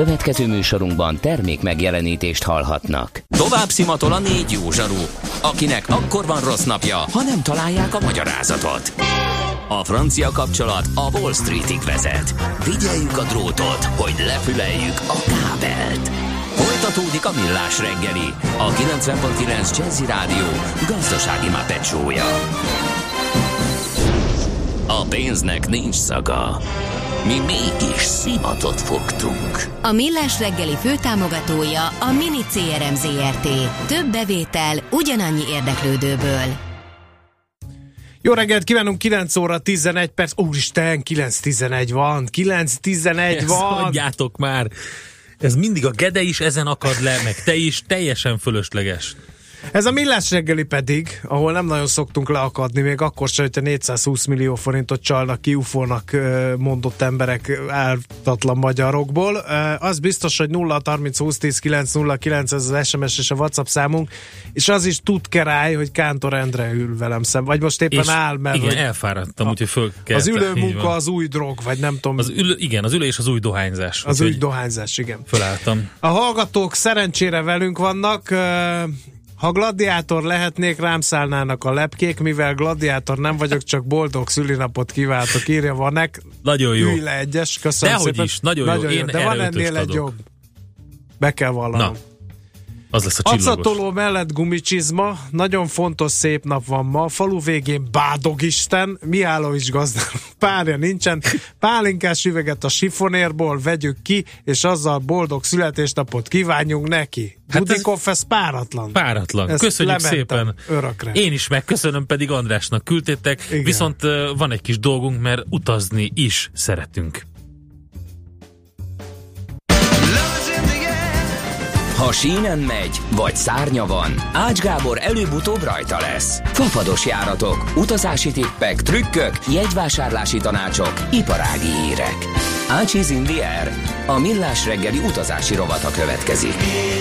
Következő műsorunkban termék megjelenítést hallhatnak. Tovább szimatol a 4 jó zsaru, akinek akkor van rossz napja, ha nem találják a magyarázatot. A francia kapcsolat a Wall Streetig vezet. Figyeljük a drótot, hogy lefüleljük a kábelt. Folytatódik a Millás reggeli, a 90.9 Jazzy Rádió gazdasági mápecsója. A pénznek nincs szaga. Mi mégis szimatot fogtunk. A Millás reggeli főtámogatója a Mini CRM Zrt. Több bevétel ugyanannyi érdeklődőből. Jó reggelt kívánunk, 9 óra 11 perc. Úristen, 9:11 van. 9:11 van. Mondjátok már. Ez mindig a Gede is ezen akad le, meg te is, teljesen fölösleges. Ez a Millás reggeli pedig, ahol nem nagyon szoktunk leakadni, még akkor sem, hogyha 420 millió forintot csalnak ki UFO-nak mondott emberek ártatlan magyarokból. Az biztos, hogy 0-30 20 10 909 ez az SMS és a WhatsApp számunk, és az is tud kerály, hogy Kántor Endre ül velem szemben, vagy most éppen és áll, mert igen, elfáradtam, úgyhogy fölkeltem. Az ülő munka az új drog, vagy nem tudom. Igen, az ülés az új dohányzás. Az új dohányzás, igen. Fölálltam. A hallgatók szerencsére velünk vannak. Ha gladiátor lehetnék, rám szállnának a lepkék, mivel gladiátor nem vagyok, csak boldog szülinapot kívántok, írja Vanek. Nagyon jó. Ülj le egyes, köszönöm dehogy szépen. Is, nagyon jó. Én de van ennél egy jobb. Be kell vallanom. Na, az lesz a csillagos. Acatoló mellett gumicsizma, nagyon fontos szép nap van ma, falu végén bádogisten, Mihálovics gazdán párja nincsen, pálinkás üveget a sifonérból vegyük ki, és azzal boldog születésnapot kívánjunk neki. Dudikoff, ez páratlan. Páratlan. Ezt köszönjük szépen. Örökre. Én is megköszönöm, pedig Andrásnak küldtétek. Igen. Viszont van egy kis dolgunk, mert utazni is szeretünk. Ha sínen megy, vagy szárnya van, Ács Gábor előbb-utóbb rajta lesz. Fafados járatok, utazási tippek, trükkök, jegyvásárlási tanácsok, iparági hírek. Ácsiz in the air. A Millás reggeli utazási rovata következik.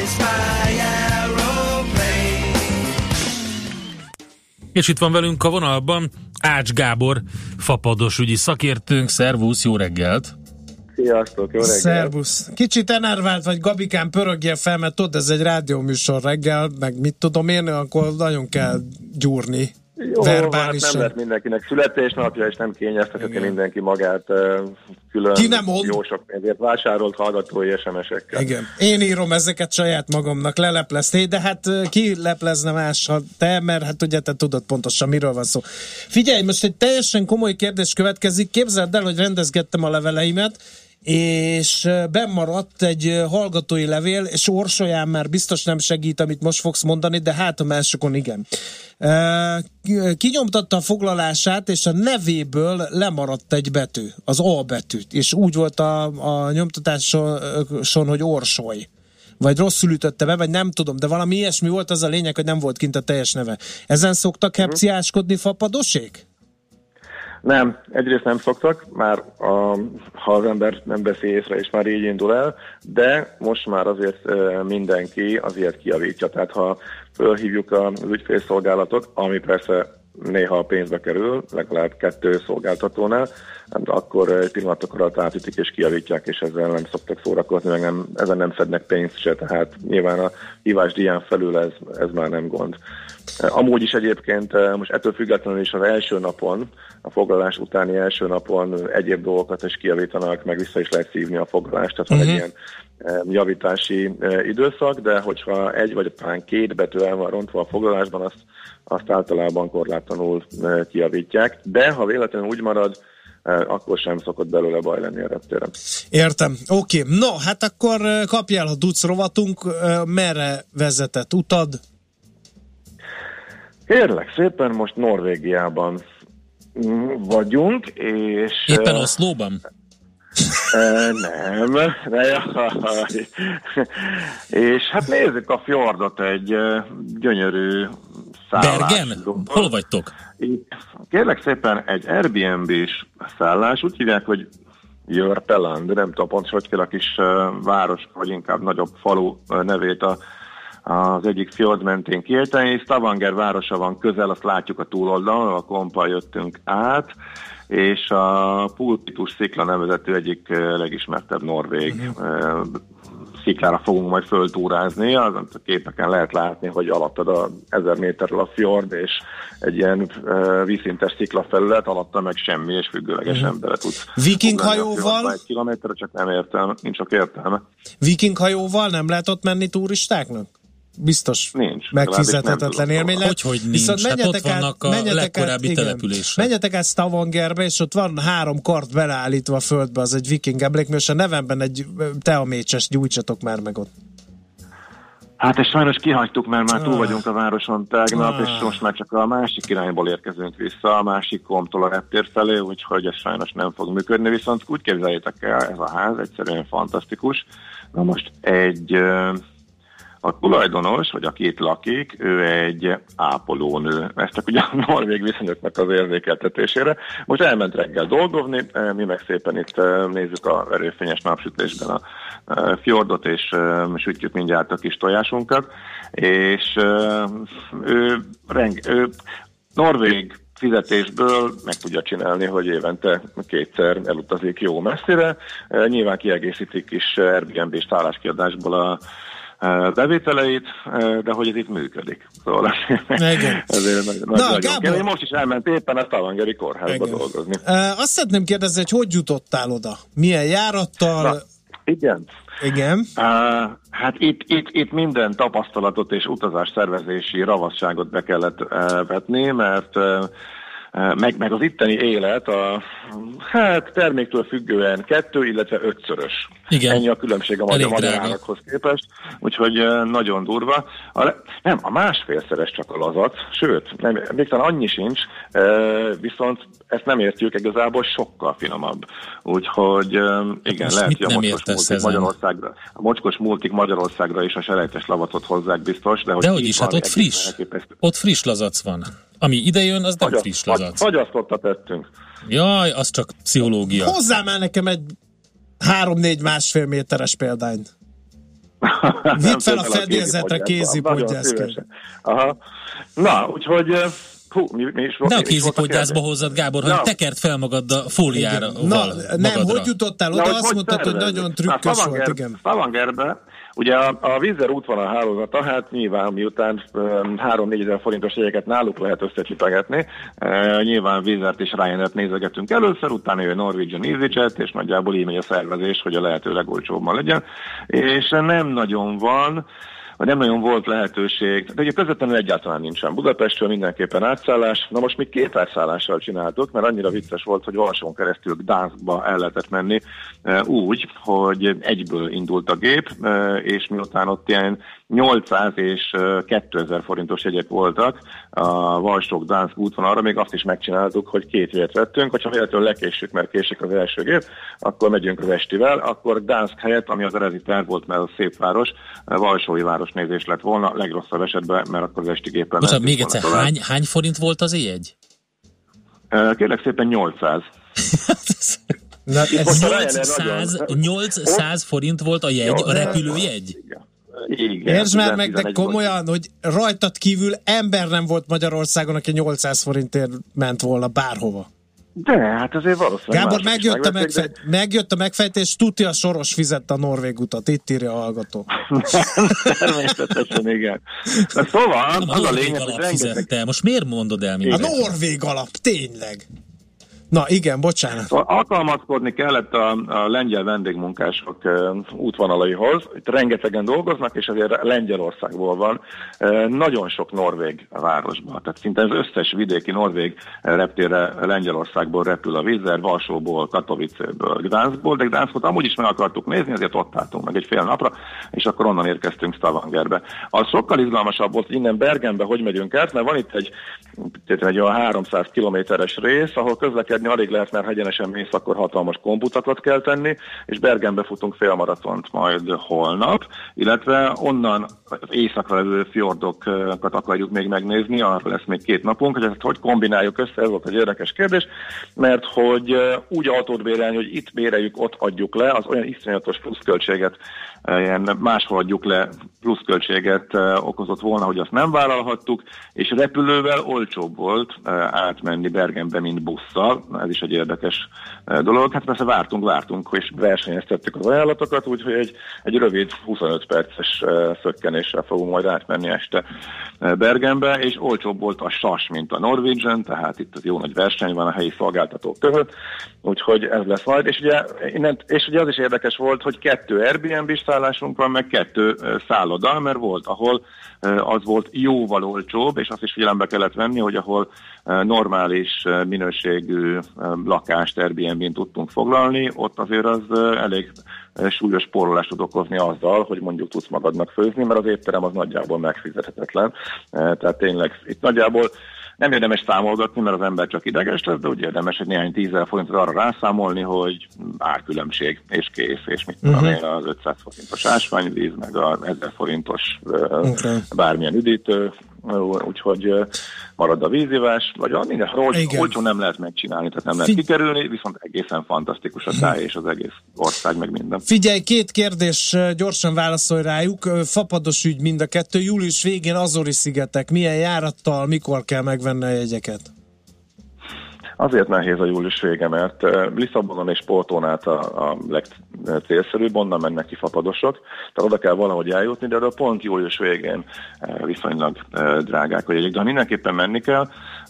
És itt van velünk a vonalban Ács Gábor, fapados ügyi szakértőnk. Szervusz, jó reggelt! Sziasztok, jó reggelt! Szervusz! Kicsit enervált vagy, Gabikán, pörögjél fel, mert tudod, ez egy rádióműsor reggel, meg mit tudom én, akkor nagyon kell gyúrni. Jó, hát nem lett mindenkinek születésnapja, és nem kényeztetheti mindenki magát külön jó sok pénzért vásárolt hallgatói SMS-ekkel. Igen. Én írom ezeket saját magamnak, leleplezték, de hát ki leplezne más, ha te, mert hát ugye te tudod pontosan, miről van szó. Figyelj, most egy teljesen komoly kérdés következik. Képzeld el, hogy rendezgettem a leveleimet, és bennmaradt egy hallgatói levél, és Orsolyán már biztos nem segít, amit most fogsz mondani, de hát a másokon igen. Kinyomtatta a foglalását, és a nevéből lemaradt egy betű, az A betűt, és úgy volt a nyomtatáson, hogy Orsoly. Vagy rosszul ütötte be, vagy nem tudom, de valami ilyesmi volt, az a lényeg, hogy nem volt kint a teljes neve. Ezen szoktak hepciáskodni fapadosék? Nem, egyrészt nem szoktak, már ha az ember nem veszi észre, és már így indul el, de most már azért mindenki azért kijavítja. Tehát ha fölhívjuk az ügyfélszolgálatot, ami persze néha pénzbe kerül, legalább 2 szolgáltatónál, akkor egy pillanatok alatt átütik és kijavítják, és ezzel nem szoktak szórakozni, meg ezen nem szednek pénzt se, tehát nyilván a hívásdíján felül ez már nem gond. Amúgy is egyébként most ettől függetlenül is az első napon, a foglalás utáni első napon egyéb dolgokat is kijavítanak, meg vissza is lehet szívni a foglalást, tehát van egy ilyen javítási időszak, de hogyha egy vagy talán 2 betű el van rontva a foglalásban, azt általában korlátlanul kijavítják, de ha véletlenül úgy marad, akkor sem szokott belőle baj lenni a reptéren. Értem. Oké. No, hát akkor kapjál, ha tudsz, rovatunk. Merre vezetett utad? Kérlek szépen, most Norvégiában vagyunk, és... Éppen Oszlóban? Nem, de jaj. És hát nézzük a fjordot, egy gyönyörű szállás. Bergen? Hol vagytok? Kérlek szépen, egy Airbnb-s szállás, úgy hívják, hogy Jörpeland, nem tudom pontosan, hogy kell a kis város, vagy inkább nagyobb falu nevét a az egyik fjord mentén kiejteni, és Stavanger városa van közel, azt látjuk a túloldalon, a kompal jöttünk át, és a Pulpitus szikla nevezetű egyik legismertebb norvég sziklára fogunk majd föltúrázni. Az a képeken lehet látni, hogy alattad a 1000 méterről a fjord, és egy ilyen vízszintes sziklafelület, alatta meg semmi, és függőlegesen bele tudsz. Viking hajóval? Egy kilométerre, csak nem értelme, nincs sok értelme. Viking hajóval nem lehet ott menni turistáknak? Biztos nincs, megfizethetetlen élmény lehet. Hogy nincs? Viszont hát ott vannak a legkorábbi települések. Menjetek át Stavangerbe, és ott van 3 kart beleállítva a földbe, az egy viking emlékmű, és a nevemben egy teamécses, gyújtsatok már meg ott. Hát és sajnos kihagytuk, mert már túl vagyunk a városon tegnap, és most már csak a másik irányból érkezünk vissza, a másik komtól a reptér felé, úgyhogy ez sajnos nem fog működni, viszont úgy képzeljétek el, ez a ház egyszerűen fantasztikus. Na most a tulajdonos, vagy aki itt lakik, ő egy ápolónő. Ez csak ugye a norvég viszonyoknak az érzékeltetésére. Most elment reggel dolgozni, mi meg szépen itt nézzük a erőfényes napsütésben a fjordot, és sütjük mindjárt a kis tojásunkat. És ő norvég fizetésből meg tudja csinálni, hogy évente 2-szer elutazik jó messzire. Nyilván kiegészítik is Airbnb-s szálláskiadásból a bevételeit, de hogy ez itt működik. Szóval ezért nagyon kell. Én most is elment éppen a Stavangeri kórházba dolgozni. Azt szeretném kérdezni, hogy jutottál oda? Milyen járattal? Na, igen. Hát itt minden tapasztalatot és utazásszervezési ravasságot be kellett vetni, mert meg az itteni élet terméktől függően 2, illetve 5-szörös. Igen. Ennyi a különbség a magyar árakhoz képest, úgyhogy nagyon durva. A másfélszeres csak a lazac, sőt, még talán annyi sincs, viszont ezt nem értjük igazából, sokkal finomabb. Úgyhogy igen, lehet, hogy a mocskos multik Magyarországra is a selejtes lavacot hozzák biztos, de hogy is, hát ott friss lazac van. Ami idejön, az nem friss lazac. Fagyasztottat tettünk. Jaj, az csak pszichológia. Hozzá már nekem egy 3-4,5 méteres példányt. Vidd fel a fedélzetre kézipodgyászként. Na, úgyhogy... De a kézipodgyászba hozzad, Gábor, hanem tekerd fel magad a fóliára. Nem, hogy jutottál oda? Azt mondtad, hogy nagyon trükkös volt, igen. Stavangerbe, ugye a Vízer útvonal hálózata, hát nyilván miután 3-4 ezer forintos jegyeket náluk lehet összecsipegetni, nyilván Vízert és Ryanair-t nézegetünk először, utána jön Norwegian EasyJet, és nagyjából így megy a szervezés, hogy a lehető legolcsóbban legyen, és nem nagyon volt lehetőség, de ugye közvetlenül egyáltalán nincsen. Budapestről mindenképpen átszállás. Na most mi 2 átszállással csináltuk, mert annyira vicces volt, hogy Varsón keresztül Gdanskba el lehetett menni úgy, hogy egyből indult a gép, és miután ott ilyen 800 és 2000 forintos jegyek voltak a Varsó-Gdansk útvonalra, még azt is megcsináltuk, hogy 2 jegyet vettünk, hogyha véletlenül lekéssük, mert késik az első gép, akkor megyünk az estivel, akkor Gdansk helyett, ami az eredeti terv volt, mert az szép város, Varsói városnézés lett volna, legrosszabb esetben, mert akkor az esti géppel... Most még egyszer, hány forint volt az jegy? Kérlek szépen 800. Na, ez 800 forint volt a jegy, a repülőjegy? Igen. Értsd már meg, de komolyan, hogy rajtad kívül ember nem volt Magyarországon, aki 800 forintért ment volna bárhova. De, hát azért valószínűleg... Gábor, megjött a megfejtés, tudja, a Soros fizette a norvég utat, itt írja a hallgató. Természetesen, igen. De szóval, az a lényeg, hogy fizette. Most miért mondod el mindegy? A norvég alap, tényleg. Na igen, bocsánat. Alkalmazkodni kellett a lengyel vendégmunkások útvonalaihoz. Itt rengetegen dolgoznak, és azért Lengyelországból van. Nagyon sok norvég városban. Tehát szinte az összes vidéki norvég reptérre Lengyelországból repül a Vízer, Varsóból, Katowicéből, Gdanskból, de Gdanskot amúgy is meg akartuk nézni, ezért ott álltunk meg egy fél napra, és akkor onnan érkeztünk Stavangerbe. Az sokkal izgalmasabb volt, hogy innen Bergenbe hogy megyünk át, mert van itt egy olyan 300 kilométeres rész, ahol közlekedni emelkedni, alig lehet, mert ha egyenesen mész, akkor hatalmas komputakot kell tenni, és Bergenbe futunk félmaratont majd holnap, illetve onnan északra levő fjordokat akarjuk még megnézni, arra lesz még 2 napunk, hogy ezt hogy kombináljuk össze, ez volt egy érdekes kérdés, mert hogy úgy autót bérelni, hogy itt béreljük, ott adjuk le, az olyan iszonyatos pluszköltséget, ilyen máshol adjuk le pluszköltséget okozott volna, hogy azt nem vállalhattuk, és repülővel olcsóbb volt átmenni Bergenbe, mint busszal. Ez is egy érdekes dolog. Hát persze vártunk, és versenyeztettük az ajánlatokat, úgyhogy egy rövid 25 perces szökkenéssel fogunk majd átmenni este Bergenbe, és olcsóbb volt a SAS, mint a Norwegian, tehát itt jó nagy verseny van a helyi szolgáltatók között, úgyhogy ez lesz majd. És ugye az is érdekes volt, hogy 2 Airbnb-s szállásunk van, meg 2 szálloda, mert volt, ahol az volt jóval olcsóbb, és azt is figyelembe kellett venni, hogy ahol normális minőségű lakást Airbnb-n tudtunk foglalni, ott azért az elég súlyos spórolást tud okozni azzal, hogy mondjuk tudsz magadnak főzni, mert az étterem az nagyjából megfizethetetlen. Tehát tényleg itt nagyjából nem érdemes számolgatni, mert az ember csak ideges lesz, de úgy érdemes egy néhány 10 000 forintra arra rászámolni, hogy árkülönbség, és kész, és mit tudom én, az 500 forintos ásványvíz, meg az 1000 forintos bármilyen üdítő, úgyhogy marad a vízivás, vagy minden olcsó nem lehet megcsinálni, tehát nem lehet kikerülni, viszont egészen fantasztikus a táj és az egész ország, meg minden. Figyelj, 2 kérdés, gyorsan válaszolj rájuk. Fapados ügy mind a 2. Július végén Azori-szigetek. Milyen járattal, mikor kell megvenni a jegyeket? Azért nehéz a július vége, mert Lisszabonon és Portón át a legcélszerűbb, onnan mennek ki fapadosok, tehát oda kell valahogy eljutni, de pont július végén viszonylag drágák a jegyek. De ha mindenképpen menni kell,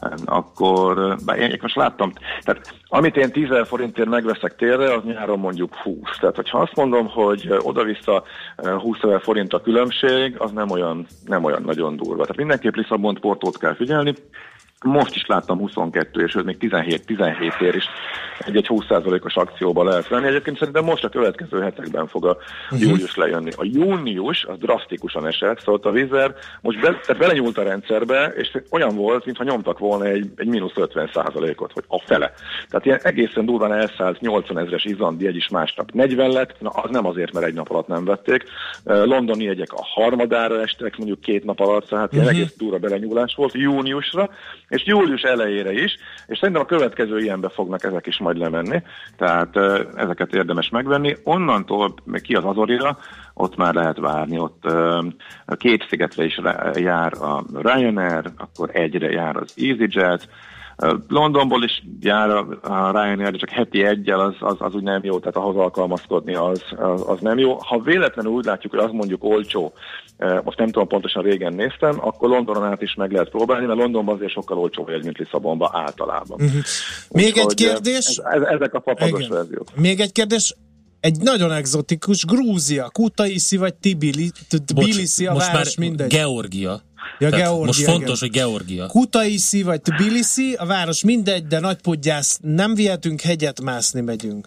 akkor én most láttam, tehát amit én 10 000 forintért megveszek térre, az nyáron mondjuk 20. Tehát, hogyha azt mondom, hogy oda-vissza 20 000 forint a különbség, az nem olyan nagyon durva. Tehát mindenképp Lisszabont, Portót kell figyelni. Most is láttam 22, és még 17 ér is egy 20%-os akcióba lehet venni. Egyébként szerintem most a következő hetekben fog a július lejönni. A június az drasztikusan esett, szóval a Wizz Air most belenyúlt a rendszerbe, és olyan volt, mintha nyomtak volna egy mínusz 50%-ot, hogy a fele. Tehát ilyen egészen durván elszállt 80 000-es izlandi jegy is másnap 40 lett, na az nem azért, mert egy nap alatt nem vették. Londoni jegyek a harmadára estek, mondjuk 2 nap alatt, tehát ilyen egész durva belenyúlás volt júniusra, és július elejére is, és szerintem a következő ilyenbe fognak ezek is majd lemenni, tehát ezeket érdemes megvenni. Onnantól ki az Azorira, ott már lehet várni, ott 2 szigetre is jár a Ryanair, akkor 1-re jár az EasyJet, Londonból is jár a Ryanair, de csak heti 1-jel az úgy nem jó, tehát ahhoz alkalmazkodni az nem jó. Ha véletlenül úgy látjuk, hogy az mondjuk olcsó, most nem tudom pontosan, régen néztem, akkor Londonon át is meg lehet próbálni, mert Londonban azért sokkal olcsóbb egy, mint Lisszabonban általában. Még egy kérdés. Ezek a papados verziók. Még egy kérdés. Egy nagyon egzotikus Grúzia, Kutaisi vagy Tbilisi, a város mindegy. Georgia. Ja, Georgia, most fontos, hogy Georgia. Kutaisi vagy Tbilisi, a város mindegy, de Nagypodgyász nem vihetünk, hegyet mászni megyünk.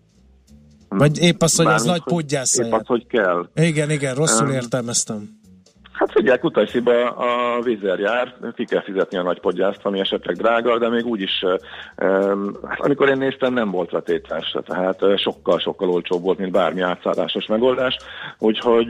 Vagy épp az, hogy az nagy podgyász. Épp az, hogy kell. Igen, rosszul értelmeztem. Hát figyelj, Kutaisiba a Wizz Air jár, ki kell fizetni a nagy podgyászt, ami esetleg drága, de még úgyis, amikor én néztem, nem volt vetétás, tehát sokkal olcsóbb volt, mint bármi átszállásos megoldás, úgyhogy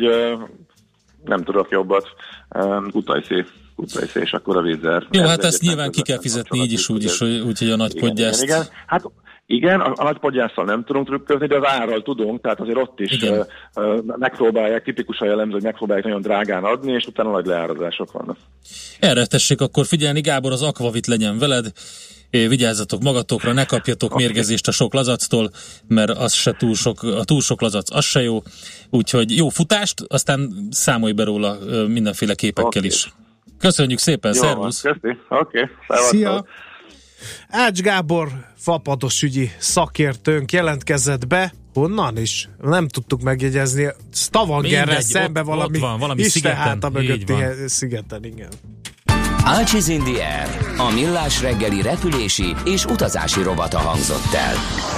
nem tudok jobbat. Kutaisi és akkor a Wizz Air. Jó, hát ezt nyilván ki kell fizetni így is, úgyhogy a nagy podgyászt. Igen. Hát igen, a nagy podgyásszal nem tudunk trükközni, de az árral tudunk, tehát azért ott is megpróbálják, tipikusan jellemző, hogy megpróbálják nagyon drágán adni, és utána nagy leárazások vannak. Erre tessék akkor figyelni, Gábor, az Aquavit legyen veled, vigyázzatok magatokra, ne kapjatok mérgezést a sok lazactól, mert az se túl sok lazac, az se jó, úgyhogy jó futást, aztán számolj be róla mindenféle képekkel is. Köszönjük szépen, szervusz! Köszi, oké. Szia! Ács Gábor, fapados ügyi szakértőnk jelentkezett be, honnan is? Nem tudtuk megjegyezni. Stavangerrel szembe valami Istenháta mögötti szigeten, igen. Ácsiz in the Air, a millás reggeli repülési és utazási rovata hangzott el.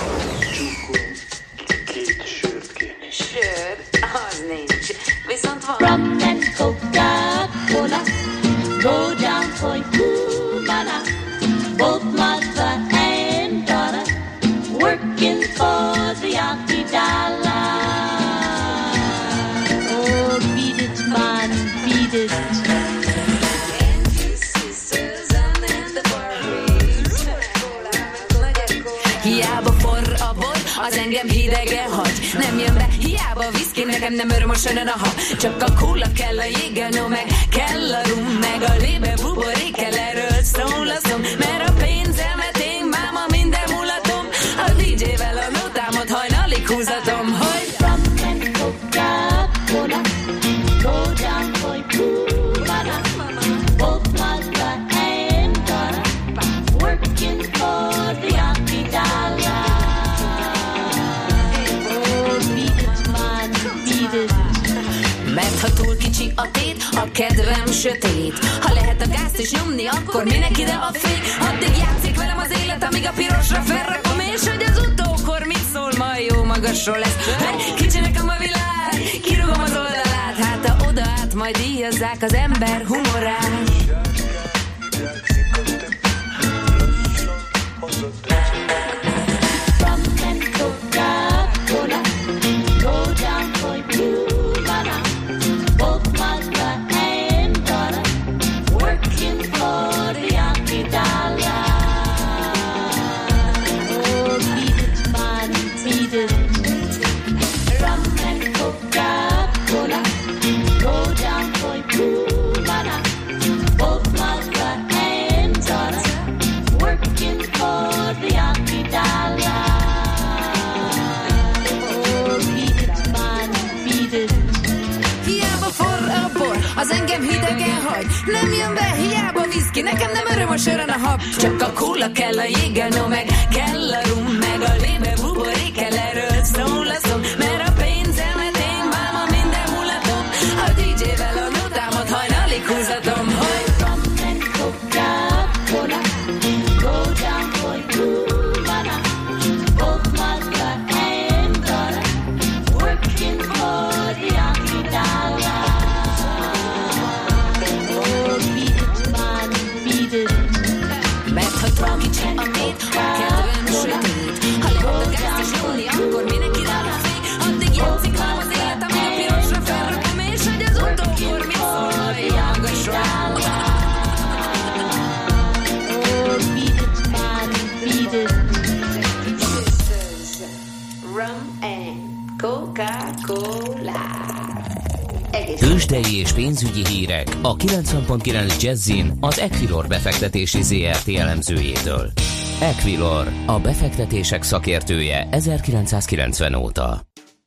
Sör, az nincs, viszont van rum and Coca-Cola, go down for Cubana, both mother and daughter. az engem hidegen hagy. Nem jön be, hiába a viszki, nekem nem öröm a sörön a hab. Csak a kóla kell, a jéggel, no meg kell a rum, meg a lébe buborék kell, erről szól a szom. Mert a pénzemet én máma minden mulatom, a DJ-vel a notámat hajnalig húzatom, hogy rum and Coca-Cola, go down for Cubana, both mother and daughter, working for the Yankee dollar. Oh, beat it, man, beat it. Mert ha túl kicsi a tét, a kedvem sötét. Ha lehet a gázt is nyomni, akkor minek ide a fék? Addig játszik velem az élet, amíg a pirosra felrakom, és hogy az utókor mit szól, majd jó magasról lesz. Kicsi nekem a világ, kirúgom az oldalát, hát ha oda át, majd díjazzák az ember humorát. Rum and Coca-Cola, go down for Cubana, both mother and daughter, working for the Yankee dollar. Oh, beat it, man, beat it. Rum and Coca-Cola, go down for Cubana, both mother and daughter, working for the Yankee dollar. Oh, beat it, man, beat it. Hiába forr a bor, az engem hidegen hagy. Nem jön be, hiába viszki, nekem nem öröm a sörön a hab. Csak a kóla kell, a jéggel, no meg kell a rum, meg a lébe buborék kell, erről szól a szom. Mert a pénzemet én máma minden mulatom, a DJ-vel a notámat hajnalig húzatom, hogy rum and Coca-Cola, go down for Cubana, both mother and daughter, working for the Yankee dollar. Oh, beat it, man, beat it. Mert ha túl kicsi a tét, a kedvem sötét. Ha lehet a gázt is nyomni, akkor minek irál a fék? Addig játszik velem az élet, ami a pirosra felrakom, és hogy az utókor mit szól, majd jó magasról. Oh, beat it, man, beat it. This is rum and Coca-Cola. Tőzsdei és pénzügyi hírek a 90.9 Jazzin az Equilor befektetési ZRT elemzőjétől. Equilor, a befektetések szakértője 1990 óta.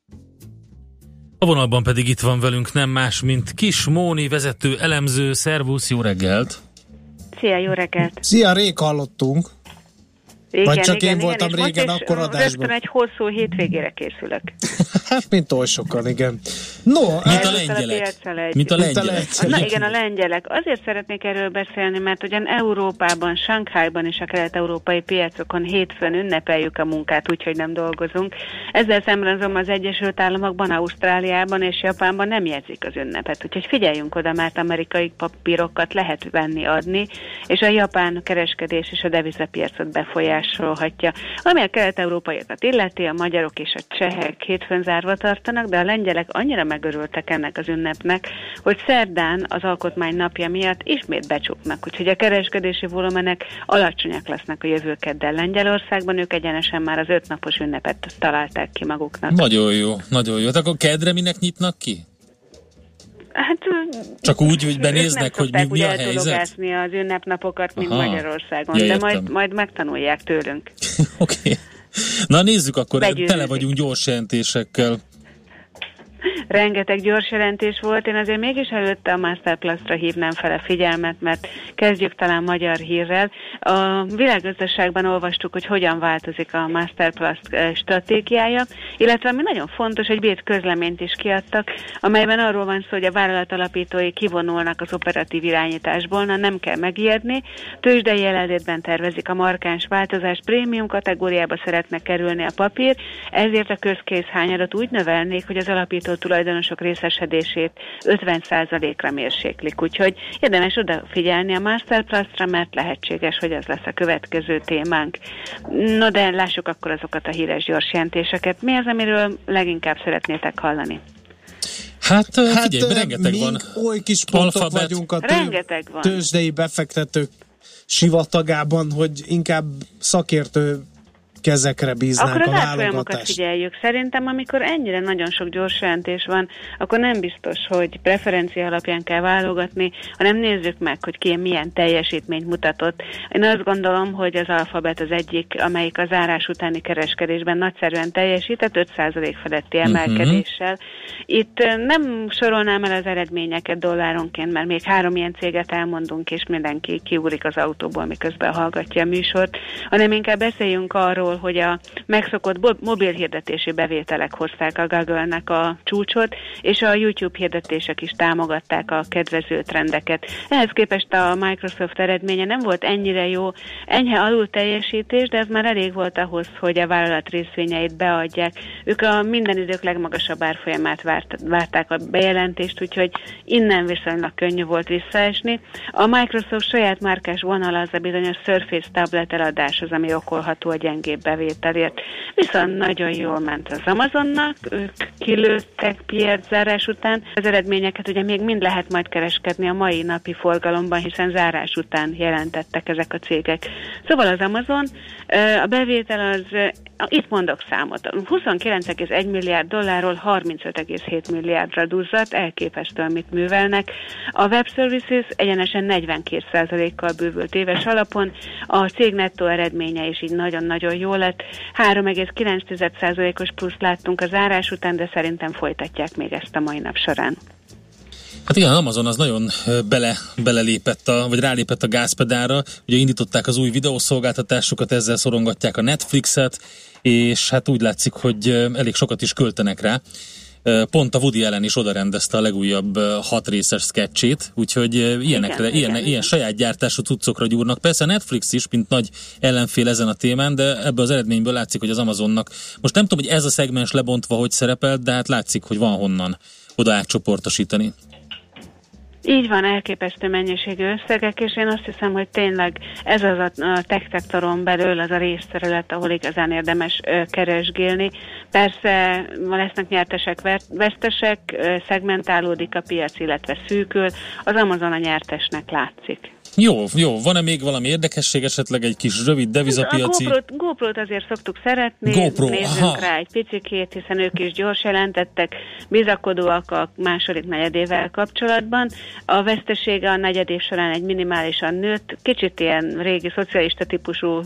A vonalban pedig itt van velünk nem más, mint Kis Móni, vezető elemző. Szervusz, jó reggelt! Szia, jó reggelt! Szia, rég hallottunk. Igen, Vagy csak igen, én voltam igen, régen akkor adásban. Rögtön egy hosszú hétvégére készülök. Hát, mint oly sokan, igen. No, Mint a lengyelek. Mint a lengyelek. Na igen, a lengyelek. Azért szeretnék erről beszélni, mert ugyan Európában, Sankhájban és a kelet-európai piacokon hétfőn ünnepeljük a munkát, úgyhogy nem dolgozunk. Ezzel szemben azonban az Egyesült Államokban, Ausztráliában és Japánban nem jegyzik az ünnepet. Úgyhogy figyeljünk oda, mert amerikai papírokat lehet venni, adni, és a japán kereskedés és a devizapiacot befolyásolhatja. Ami a kelet-európaiakat illeti, a magyarok és a csehek hétfőn zárva tartanak, de a lengyelek annyira megörültek ennek az ünnepnek, hogy szerdán az alkotmány napja miatt ismét becsuknak. Úgyhogy a kereskedési volumenek alacsonyak lesznek a jövő keddel Lengyelországban, ők egyenesen már az 5 napos ünnepet találták ki maguknak. Nagyon jó, nagyon jó. De akkor kedre minek nyitnak ki? Hát, csak úgy, hogy benéznek, hogy mi a helyzet? Az ünnepnapokat, mint Magyarországon, ja, de majd megtanulják tőlünk. Oké. Na nézzük, akkor Begyőzik. tele vagyunk gyors jelentésekkel. Rengeteg gyors jelentés volt, én azért mégis előtte a Masterplast-ra hívnám fel a figyelmet, mert kezdjük talán magyar hírrel. A világgazdaságban olvastuk, hogy hogyan változik a Masterplast stratégiája, illetve ami nagyon fontos, hogy bét közleményt is kiadtak, amelyben arról van szó, hogy a vállalat alapítói kivonulnak az operatív irányításból, nem kell megijedni. Tőzsdei jelenlétben tervezik a markáns változást, prémium kategóriába szeretne kerülni a papír, ezért a közkészhányadat úgy növelnék, hogy az alapító tulajdonosok részesedését 50%-ra mérséklik. Úgyhogy érdemes odafigyelni a Masterplastra, mert lehetséges, hogy ez lesz a következő témánk. No de lássuk akkor azokat a híres gyors jelentéseket. Mi az, amiről leginkább szeretnétek hallani? Hát figyelj, rengeteg van. Oly kis pontok vagyunk a tőzsdei befektetők sivatagában, hogy inkább szakértő kezekre bíznánk akkor a az árfolyamokat válogatást. figyeljük. Szerintem, amikor ennyire nagyon sok gyors jelentés van, akkor nem biztos, hogy preferencia alapján kell válogatni, hanem nézzük meg, hogy ki milyen teljesítményt mutatott. Én azt gondolom, hogy az Alphabet az egyik, amelyik a zárás utáni kereskedésben nagyszerűen teljesített, 5% feletti emelkedéssel. Itt nem sorolnám el az eredményeket dolláronként, mert még 3 ilyen céget elmondunk, és mindenki kiugrik az autóból, miközben hallgatja a műsort, hanem inkább beszéljünk arról, hogy a megszokott mobil hirdetési bevételek hozták a Google-nek a csúcsot, és a YouTube hirdetések is támogatták a kedvező trendeket. Ehhez képest a Microsoft eredménye nem volt ennyire jó, enyhe alul teljesítés, de ez már elég volt ahhoz, hogy a vállalat részvényeit beadják. Ők a minden idők legmagasabb árfolyamát várták a bejelentést, úgyhogy innen viszonylag könnyű volt visszaesni. A Microsoft saját márkás vonala az a bizonyos Surface tablet eladáshoz, ami okolható a gyengébb bevételért. Viszont nagyon jól ment az Amazonnak, ők kilőttek piaczárás után. Az eredményeket ugye még mind lehet majd kereskedni a mai napi forgalomban, hiszen zárás után jelentettek ezek a cégek. Szóval az Amazon, a bevétel az, itt mondok számot, 29,1 milliárd dollárról 35,7 milliárdra duzzadt, elképesztő, amit művelnek. A Web Services egyenesen 42%-kal bővült éves alapon, a cég nettó eredménye is így nagyon-nagyon jó lett. 3,9%-os pluszt láttunk a zárás után, de szerintem folytatják még ezt a mai nap során. Hát igen, Amazon az nagyon belelépett, vagy rálépett a gázpedálra. Ugye indították az új videószolgáltatásokat, ezzel szorongatják a Netflixet, és hát úgy látszik, hogy elég sokat is költenek rá. Pont a Woody Allen is odarendezte a legújabb 6 részes sketchét, úgyhogy ilyen saját gyártású cuccokra gyúrnak. Persze a Netflix is, mint nagy ellenfél ezen a témán, de ebből az eredményből látszik, hogy az Amazonnak, most nem tudom, hogy ez a szegmens lebontva hogy szerepelt, de hát látszik, hogy van honnan oda átcsoportosítani. Így van, elképesztő mennyiségű összegek, és én azt hiszem, hogy tényleg ez az a tech szektoron belül az a részterület, ahol igazán érdemes keresgélni. Persze lesznek nyertesek, vesztesek, szegmentálódik a piac, illetve szűkül. Az Amazon a nyertesnek látszik. Jó, van-e még valami érdekesség, esetleg egy kis rövid devizapiaci? A GoPro-t azért szoktuk szeretni, nézzünk rá egy picikét, hiszen ők is gyors jelentettek, bizakodóak a második negyedével kapcsolatban. A vesztesége a negyedév során egy minimálisan nőtt, kicsit ilyen régi szocialista típusú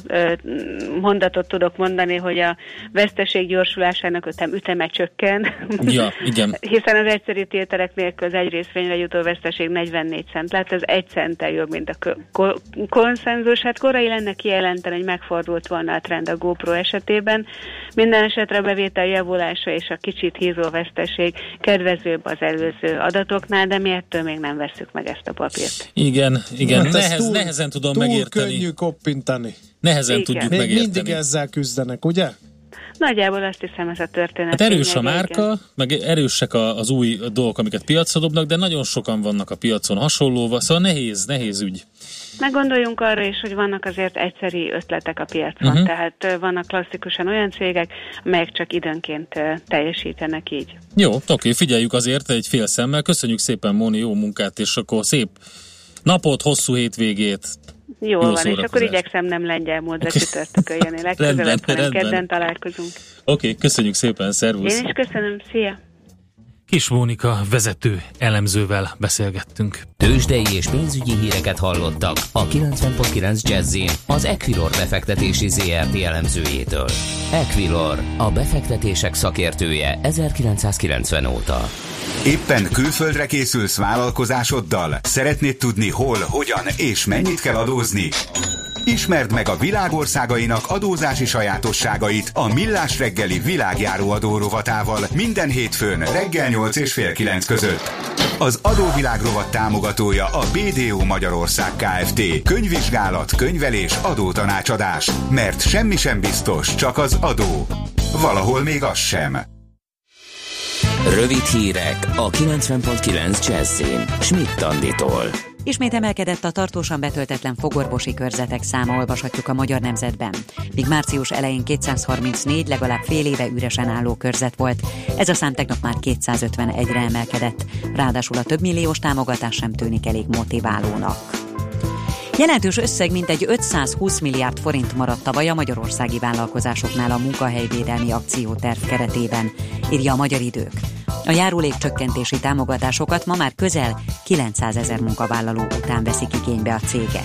mondatot tudok mondani, hogy a veszteség gyorsulásának üteme csökken. Ja, igen. Hiszen az egyszerű tételek nélkül az egy részvényre jutó veszteség 44 cent lett, ez 1 centtel jobb, mint a konszenzus. Hát korai lenne kijelenteni, hogy megfordult volna a trend a GoPro esetében. Minden esetre a bevétel javulása és a kicsit hízó veszteség kedvezőbb az előző adatoknál, de mi ettől még nem vesszük meg ezt a papírt. Igen, hát nehezen tudom megérteni. Túl könnyű koppintani. Nehezen tudjuk megérteni. Mindig ezzel küzdenek, ugye? Nagyjából azt hiszem, ez a történet. Hát erős a márka, meg erősek az új dolgok, amiket piacra dobnak, de nagyon sokan vannak a piacon hasonlóval, szóval nehéz ügy. Meggondoljunk arra is, hogy vannak azért egyszeri ötletek a piacon, tehát vannak klasszikusan olyan cégek, amelyek csak időnként teljesítenek így. Jó, oké, figyeljük azért egy fél szemmel. Köszönjük szépen, Móni, jó munkát, és akkor szép napot, hosszú hétvégét. Jó van, és akkor igyekszem nem lengyel módra csütörtökön jönni. Legközelebb, hanem kedden találkozunk. Oké, köszönjük szépen, szervusz! Én is köszönöm, szia! Kis Mónika vezető elemzővel beszélgettünk. Tőzsdei és pénzügyi híreket hallottak a 90.9 Jazzin az Equilor befektetési ZRT elemzőjétől. Equilor, a befektetések szakértője 1990 óta. Éppen külföldre készülsz vállalkozásoddal? Szeretnéd tudni hol, hogyan és mennyit kell adózni? Ismerd meg a világországainak adózási sajátosságait a Millás reggeli világjáró adó rovatával minden hétfőn reggel 8 és fél 9 között. Az adóvilág rovat támogatója a BDO Magyarország Kft. Könyvvizsgálat, könyvelés, adótanácsadás. Mert semmi sem biztos, csak az adó. Valahol még az sem. Rövid hírek a 90.9 Jazzin Schmidt Anditól. Ismét emelkedett a tartósan betöltetlen fogorvosi körzetek száma, olvashatjuk a Magyar Nemzetben. Míg március elején 234 legalább fél éve üresen álló körzet volt, ez a szám tegnap már 251-re emelkedett, ráadásul a több milliós támogatás sem tűnik elég motiválónak. Jelentős összeg mintegy 520 milliárd forint maradt tavaly a magyarországi vállalkozásoknál a munkahelyvédelmi akcióterv keretében, írja a Magyar Idők. A járulékcsökkentési támogatásokat ma már közel 900 000 munkavállaló után veszik igénybe a cégek.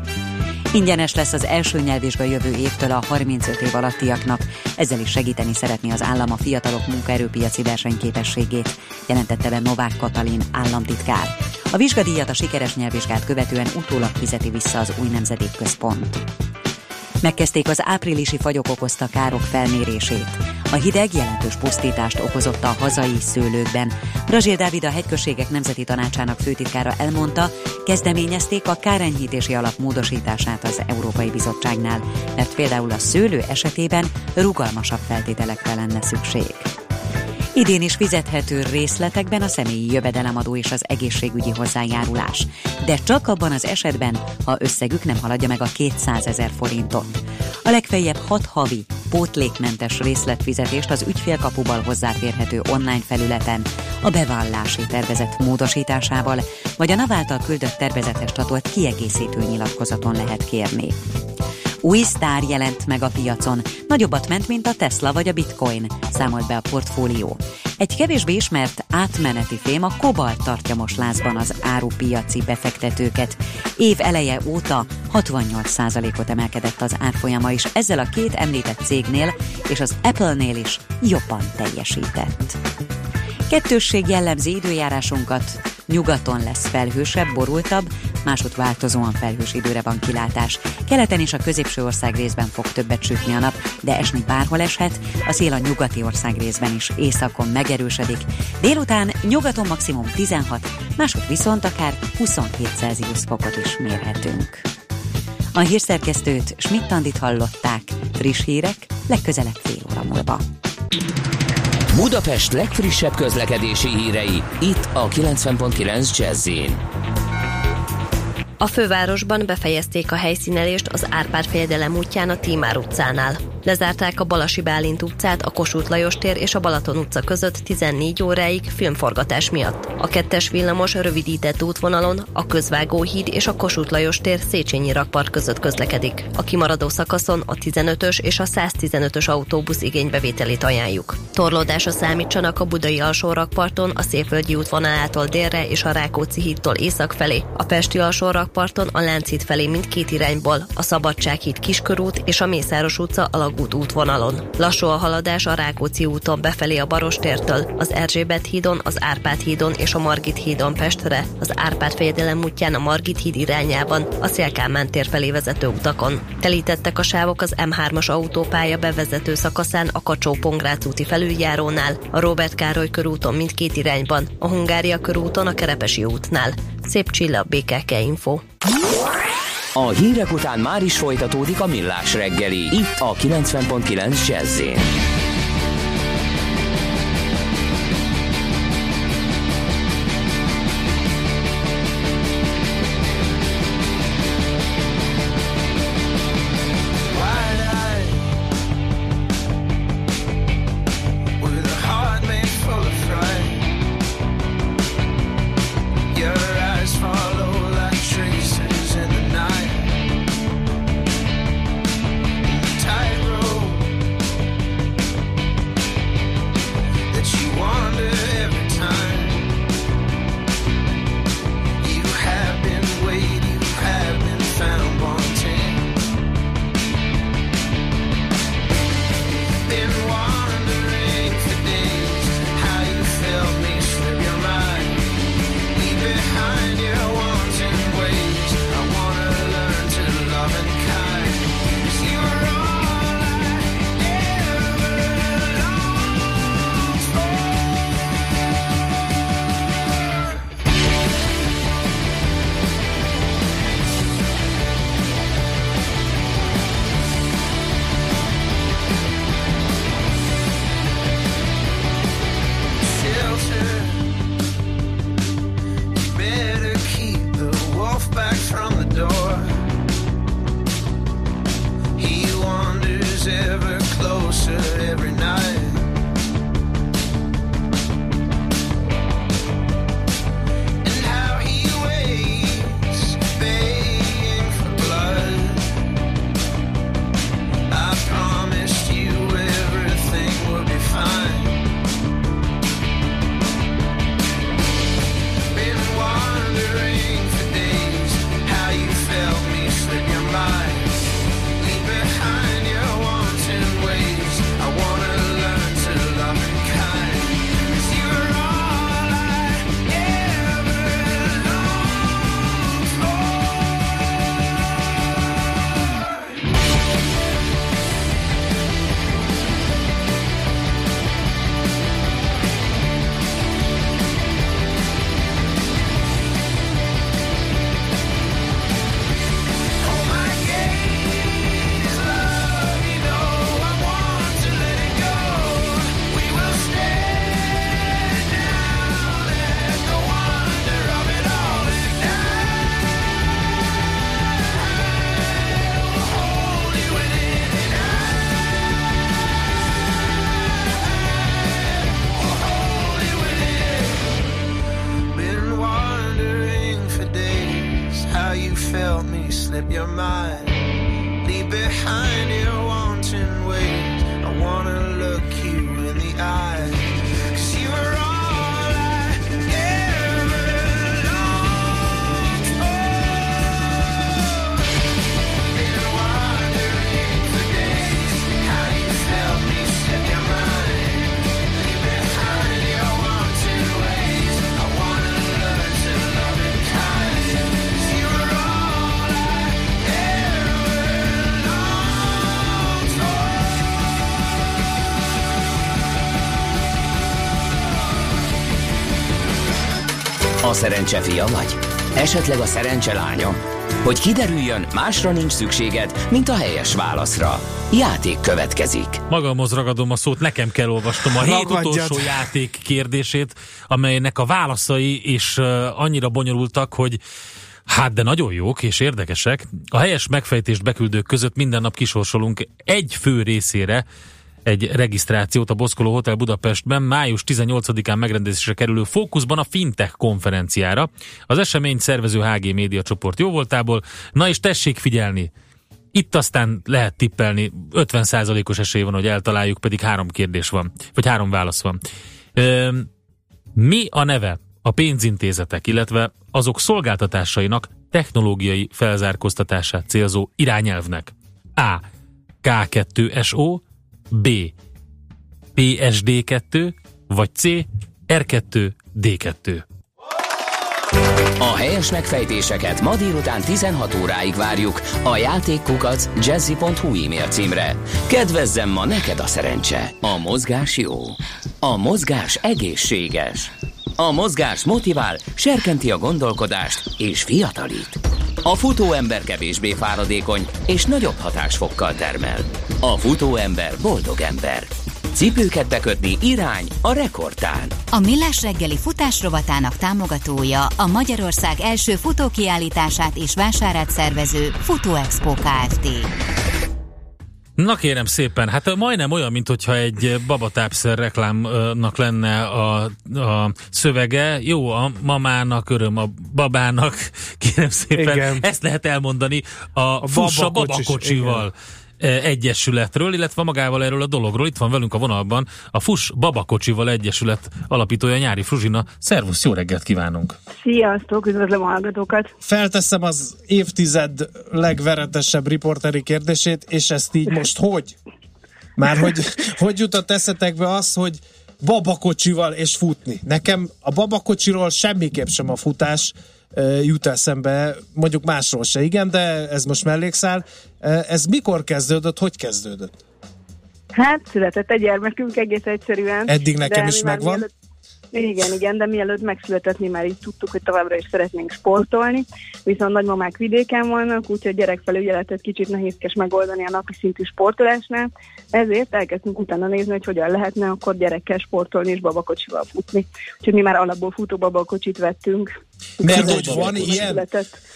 Ingyenes lesz az első nyelvvizsga jövő évtől a 35 év alattiaknak, ezzel is segíteni szeretné az állam a fiatalok munkaerőpiaci versenyképességét, jelentette be Novák Katalin államtitkár. A vizsgadíjat a sikeres nyelvvizsgát követően utólag fizeti vissza az Új Nemzedékközpont. Megkezdték az áprilisi fagyok okozta károk felmérését. A hideg jelentős pusztítást okozott a hazai szőlőkben. Brazsél Dávid, a Hegyközségek Nemzeti Tanácsának főtitkára elmondta, kezdeményezték a kárenyhítési alap módosítását az Európai Bizottságnál, mert például a szőlő esetében rugalmasabb feltételekre lenne szükség. Idén is fizethető részletekben a személyi jövedelemadó és az egészségügyi hozzájárulás, de csak abban az esetben, ha összegük nem haladja meg a 200 000 forintot. A legfeljebb 6 havi pótlékmentes részletfizetést az ügyfélkapuval hozzáférhető online felületen a bevallási tervezet módosításával, vagy a NAV által küldött tervezetes csatolt kiegészítő nyilatkozaton lehet kérni. Új sztár jelent meg a piacon, nagyobbat ment, mint a Tesla vagy a Bitcoin, számolt be a portfólió. Egy kevésbé ismert átmeneti fém, a Kobalt tartja most lázban az árupiaci befektetőket. Év eleje óta 68%-ot emelkedett az árfolyama, és ezzel a két említett cégnél és az Apple-nél is jobban teljesített. Kettősség jellemzi időjárásunkat, nyugaton lesz felhősebb, borultabb, másút változóan felhős időre van kilátás. Keleten és a középső ország részben fog többet sütni a nap, de esni bárhol eshet, a szél a nyugati ország részben is északon megerősödik. Délután nyugaton maximum 16, másút viszont akár 27 Celsius fokot is mérhetünk. A hírszerkesztőt, Schmidt-Andit hallották, friss hírek legközelebb fél óra múlva. Budapest legfrissebb közlekedési hírei, itt a 90.9 Jazz-in. A fővárosban befejezték a helyszínelést az Árpád-fejedelem útján a Tímár utcánál. Lezárták a Balasi Bálint utcát a Kossuth Lajos tér és a Balaton utca között 14 óráig filmforgatás miatt. A 2-es villamos rövidített útvonalon a Közvágóhíd és a Kossuth Lajos tér Széchenyi rakpart között közlekedik. A kimaradó szakaszon a 15-ös és a 115-ös autóbusz igénybevételét ajánljuk. Torlódásra számítsanak a Budai alsó rakparton a Széföldi útvonalától délre és a Rákóczi hídtól észak felé, a Pesti alsó rakparton a Lánchíd felé mindkét irányból, a Szabadsághíd Kiskörút és a Mészáros utca Alagút útvonalon. Lassú a haladás a Rákóczi úton befelé a Barostértől, az Erzsébet hídon, az Árpád hídon és a Margit hídon Pestre, az Árpád-fejedelem útján a Margit híd irányában, a Széll-Kálmán tér felé vezető utakon. Telítettek a sávok az M3-as autópálya bevezető szakaszán a Kacsó-Pongrác úti felüljárónál, a Róbert Károly körúton mindkét irányban, a Hungária körúton a Kerepesi útnál. Szép Csilla, BKK Info. A hírek után már is folytatódik a Millás reggeli, itt a 90.9 Jazz-in. felt me slip your mind? Leave behind your wanton ways. I wanna look you in the eyes. 'Cause you were all I ever longed for. Been wondering for days how you felt me slip your mind. Leave behind your wanton ways. I wanna learn to love and kind. 'Cause you were all I ever longed for. A szerencse fia vagy? Esetleg a szerencse lánya? Hogy kiderüljön, másra nincs szükséged, mint a helyes válaszra. Játék következik. Magamhoz ragadom a szót, nekem kell olvasnom a hét utolsó játék kérdését, amelynek a válaszai is annyira bonyolultak, hogy hát de nagyon jók és érdekesek. A helyes megfejtést beküldők között minden nap kisorsolunk egy fő részére egy regisztrációt a Boszkoló Hotel Budapestben május 18-án megrendezésre kerülő Fókuszban a Fintech konferenciára. Az eseményt szervező HG Média csoport jóvoltából. Na és tessék figyelni! Itt aztán lehet tippelni, 50%-os esély van, hogy eltaláljuk, pedig 3 kérdés van, vagy 3 válasz van. Mi a neve a pénzintézetek, illetve azok szolgáltatásainak technológiai felzárkóztatását célzó irányelvnek? A. K2SO, B. PSD2, vagy C. R2D2. A helyes megfejtéseket ma délután 16 óráig várjuk a játékkukac@jazzy.hu e-mail címre. Kedvezzem ma neked a szerencse. A mozgás jó. A mozgás egészséges. A mozgás motivál, serkenti a gondolkodást és fiatalít. A futóember kevésbé fáradékony és nagyobb hatásfokkal termel. A futóember boldog ember. Cipőket bekötni irány a rekordtán. A Millás reggeli futás rovatának támogatója a Magyarország első futókiállítását és vásárát szervező Futóexpo Kft. Na kérem szépen, hát majdnem olyan, mint hogyha egy babatápszer reklámnak lenne a szövege. Jó, a mamának öröm, a babának, kérem szépen. Igen. Ezt lehet elmondani a Fussa Babakocsival Egyesületről, illetve magával erről a dologról. Itt van velünk a vonalban a Fuss Babakocsival Egyesület alapítója, Nyári Fruzsina. Szervusz, jó reggelt kívánunk! Sziasztok, üdvözlöm a hallgatókat! Felteszem az évtized legveretesebb riporteri kérdését, és ezt így most hogy? Már hogy jutott eszetekbe az, hogy babakocsival és futni? Nekem a babakocsiról semmiképp sem a futás jut eszembe, mondjuk másról se, igen, de ez most mellékszál. Ez mikor kezdődött, hogy kezdődött? Hát született egy gyermekünk egész egyszerűen. Eddig nekem is megvan. Igen, de mielőtt megszületett, mi már így tudtuk, hogy továbbra is szeretnénk sportolni, viszont nagymamák vidéken vannak, úgyhogy gyerekfelügyeletet kicsit nehézkes megoldani a napi szintű sportolásnál, ezért elkezdtünk utána nézni, hogy hogyan lehetne akkor gyerekkel sportolni és babakocsival futni. Úgyhogy mi már alapból futó babakocsit vettünk. Mert hogy van ilyen?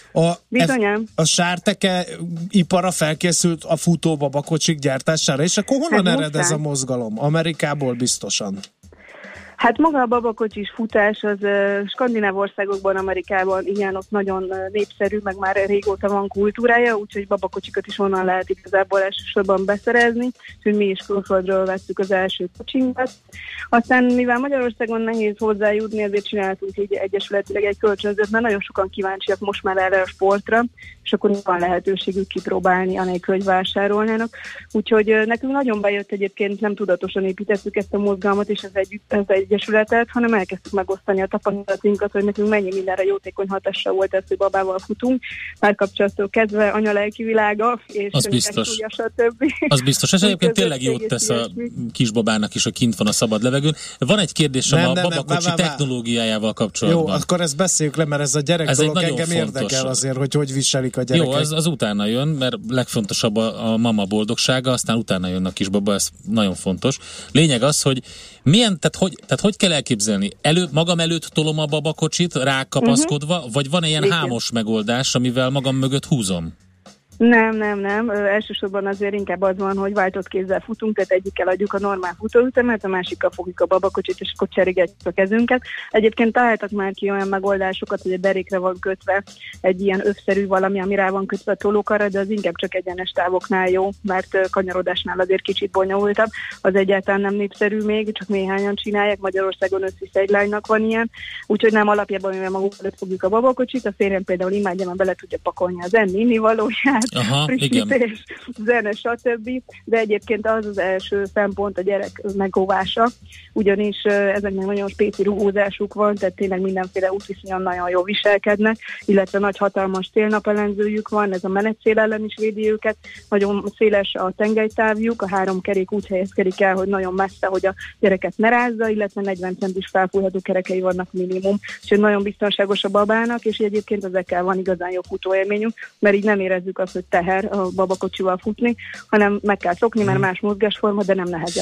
A Sárteke ipara felkészült a futó babakocsik gyártására, és akkor honnan ered ez a mozgalom? Amerikából biztosan. Hát maga a babakocsis futás az skandináv országokban, Amerikában igen, ott nagyon népszerű, meg már régóta van kultúrája, úgyhogy babakocsikat is onnan lehet igazából elsősorban beszerezni, úgyhogy mi is külföldről vettük az első kocsinkat. Aztán mivel Magyarországon nehéz hozzájutni, ezért csináltunk így egyesületileg egy kölcsönzőt, mert nagyon sokan kíváncsiak most már erre a sportra, és akkor van lehetőségük kipróbálni, anélkül, hogy vásárolnának. Úgyhogy nekünk nagyon bejött egyébként, nem tudatosan építettük ezt a mozgalmat és ez egyesületet, hanem elkezdtük megosztani a tapasztalatunkat, hogy nekünk mennyi mindenre jótékony hatással volt ez, hogy babával futunk, párkapcsolattól kezdve anya lelki világa, és az biztos. Többi. Az biztos. Ez egyébként tényleg jót tesz a kisbabának is, hogy kint van a szabad levegőn. Van egy kérdésem a babakocsi technológiájával kapcsolatban. Jó, akkor ezt beszéljük le, mert ez a gyerek dolog engem érdekel azért, hogy viselik a gyerekek. Jó, az utána jön, mert legfontosabb a mama boldogsága, aztán utána jön a kisbaba, ez nagyon fontos. Lényeg az, hogy milyen, tehát hogy kell elképzelni? Magam előtt tolom a babakocsit, rákapaszkodva, vagy van ilyen hámos megoldás, amivel magam mögött húzom? Nem. Elsősorban azért inkább az van, hogy váltott kézzel futunk, tehát egyikkel adjuk a normál futóütemet, a másikkal fogjuk a babakocsit, és akkor cserégetjük a kezünket. Egyébként találtak már ki olyan megoldásokat, hogy a derékre van kötve egy ilyen övszerű valami, ami rá van kötve a tolókarra, de az inkább csak egyenes távoknál jó, mert kanyarodásnál azért kicsit bonyolultabb. Az egyáltalán nem népszerű még, csak néhányan csinálják. Magyarországon Sideline-nak van ilyen, úgyhogy nem alapjában, mivel maguk előtt fogjuk a babakocsit, a férjem például imádja, mert bele tudja pakolni az ennivalóját, frissítés, zene, stb. De egyébként az első szempont a gyerek megóvása, ugyanis ezeknek nagyon spéci rugózásuk van, tehát tényleg mindenféle útviszonyon nagyon jól viselkednek, illetve nagy hatalmas célnapellenzőjük van, ez a menetcél ellen is védi őket, nagyon széles a tengelytávjuk, a 3 kerék úgy helyezkedik el, hogy nagyon messze, hogy a gyereket ne rázza, illetve 40 centis felfújható kerekei vannak minimum, úgyhogy nagyon biztonságos a babának, és egyébként ezekkel van igazán jó futóélményünk, mert így nem érezzük azt, hogy teher a babakocsival futni, hanem meg kell szokni, mert más mozgásforma, de nem nehezebb.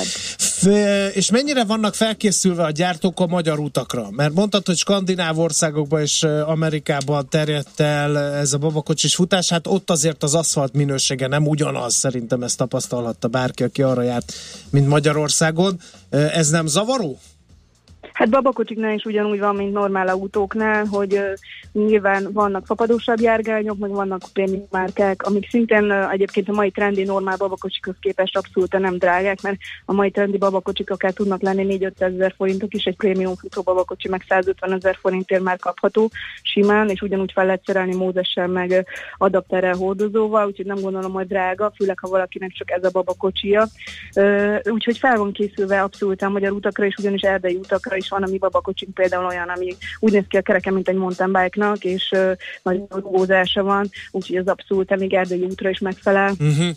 És mennyire vannak felkészülve a gyártók a magyar utakra? Mert mondtad, hogy skandináv országokban és Amerikában terjedt el ez a babakocsis futás, hát ott azért az aszfalt minősége nem ugyanaz, szerintem ezt tapasztalhatta bárki, aki arra járt, mint Magyarországon. Ez nem zavaró? Hát babakocsiknál is ugyanúgy van, mint normál autóknál, hogy nyilván vannak fapadósabb járgányok, meg vannak prémium márkák, amik szintén egyébként a mai trendi normál babakocsikhoz képest abszolút nem drágák, mert a mai trendi babakocsik akár tudnak lenni 4-500 ezer forintok is, egy prémium futó babakocsi meg 150 ezer forintért már kapható simán, és ugyanúgy fel lehet szerelni mózessel, meg adapterrel, hordozóval, úgyhogy nem gondolom, hogy drága, főleg ha valakinek csak ez a babakocsia. Úgyhogy fel van készülve abszolút a magyar utakra, és ugyanis erdei utakra is van, ami babakocsink például olyan, ami úgy néz ki a kereke, mint egy mountain bike-nak, és nagyon rugózása van, úgyhogy az abszolút még erdei útra is megfelel.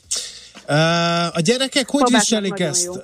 A gyerekek hogy viselik ezt?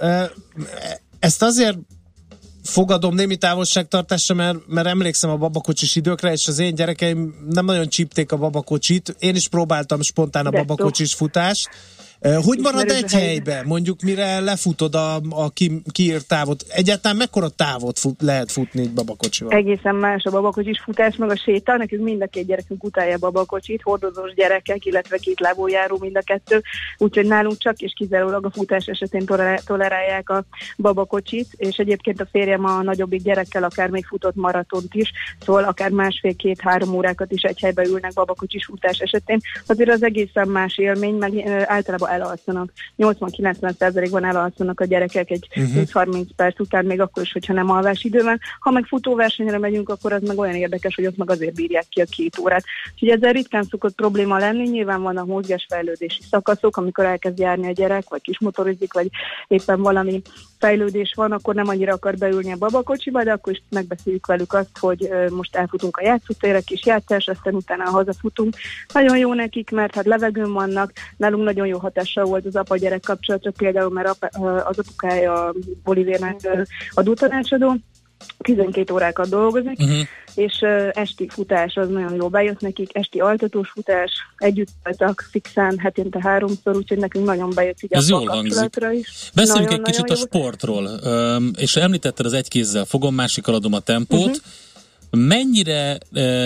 Ezt azért fogadom némi távolságtartásra, mert emlékszem a babakocsis időkre, és az én gyerekeim nem nagyon csípték a babakocsit. Én is próbáltam spontán a babakocsis futást. Hogy marad egy helyben? Mondjuk mire lefutod a kiírt távot? Egyáltalán mekkora távot lehet futni egy babakocsival? Egészen más a babakocsis futás, meg a séta. Nekünk mind a 2 gyerekünk utálja a babakocsit, hordozós gyerekek, illetve 2 lábon járó mind a 2. Úgyhogy nálunk csak és kizárólag a futás esetén tolerálják a babakocsit, és egyébként a férjem a nagyobbik gyerekkel akár még futott maratont is, szóval akár 1,5-2-3 órákat is egy helyben ülnek babakocsis futás esetén. Azért az egészen más élmény, meg általában elalszanak. 80-90%-ban elalszanak a gyerekek egy 20-30 perc után, még akkor is, hogyha nem alvásidőben. Ha meg futóversenyre megyünk, akkor az meg olyan érdekes, hogy ott meg azért bírják ki a 2 órát. Úgyhogy ezzel ritkán szokott probléma lenni. Nyilván vannak mozgásfejlődési szakaszok, amikor elkezd járni a gyerek, vagy kismotorizik, vagy éppen valami fejlődés van, akkor nem annyira akar beülni a babakocsiba, de akkor is megbeszéljük velük azt, hogy most elfutunk a játszótérre, kis játszás, aztán utána hazafutunk. Nagyon jó nekik, mert hát levegőn vannak, nálunk nagyon jó hatással volt az apa-gyerek kapcsolatra, például mert az apukája Bolivérnek adótanácsadó, 12 órákat dolgozik, és esti futás az nagyon jól bejött nekik, esti altatós futás, együtt voltak fixán hetente 3-szor, úgyhogy nekünk nagyon bejött így ez a kapcsolatra is. Beszéljünk egy kicsit a sportról, és említetted az egy kézzel fogom, másikkal adom a tempót. Mennyire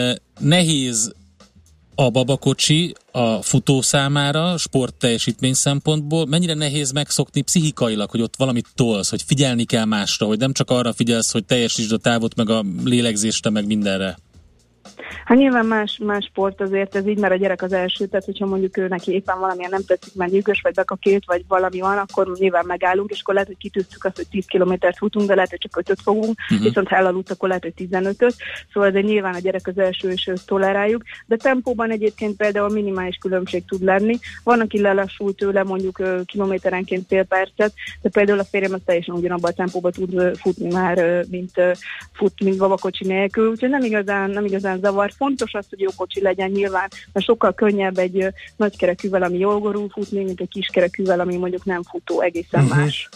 nehéz a babakocsi a futó számára, sport teljesítmény szempontból, mennyire nehéz megszokni pszichikailag, hogy ott valamit tolsz, hogy figyelni kell másra, hogy nem csak arra figyelsz, hogy teljesítsd a távot, meg a lélegzésre, meg mindenre? Hát nyilván más sport azért ez így, mert a gyerek az első, tehát hogyha mondjuk ő neki éppen valamilyen nem tetszik, mert nyűgös, vagy bekakélt, vagy valami van, akkor nyilván megállunk, és akkor lehet, hogy kitűztük azt, hogy 10 kilométert futunk, de lehet, hogy csak 5-öt fogunk, viszont ha elaludt, akkor lehet, hogy 15-öt, szóval azért nyilván a gyerek az első, és őt toleráljuk, de tempóban egyébként például minimális különbség tud lenni. Van, aki lelassul tőle mondjuk kilométerenként fél percet, de például a férjem az teljesen ugyanabban a tempóban tud futni már, mint babakocsi nélkül, úgyhogy nem igazán zavar. Fontos az, hogy jó kocsi legyen nyilván, mert sokkal könnyebb egy nagykerekűvel, ami jól gorul futni, mint egy kiskerekűvel, ami mondjuk nem futó, egészen más.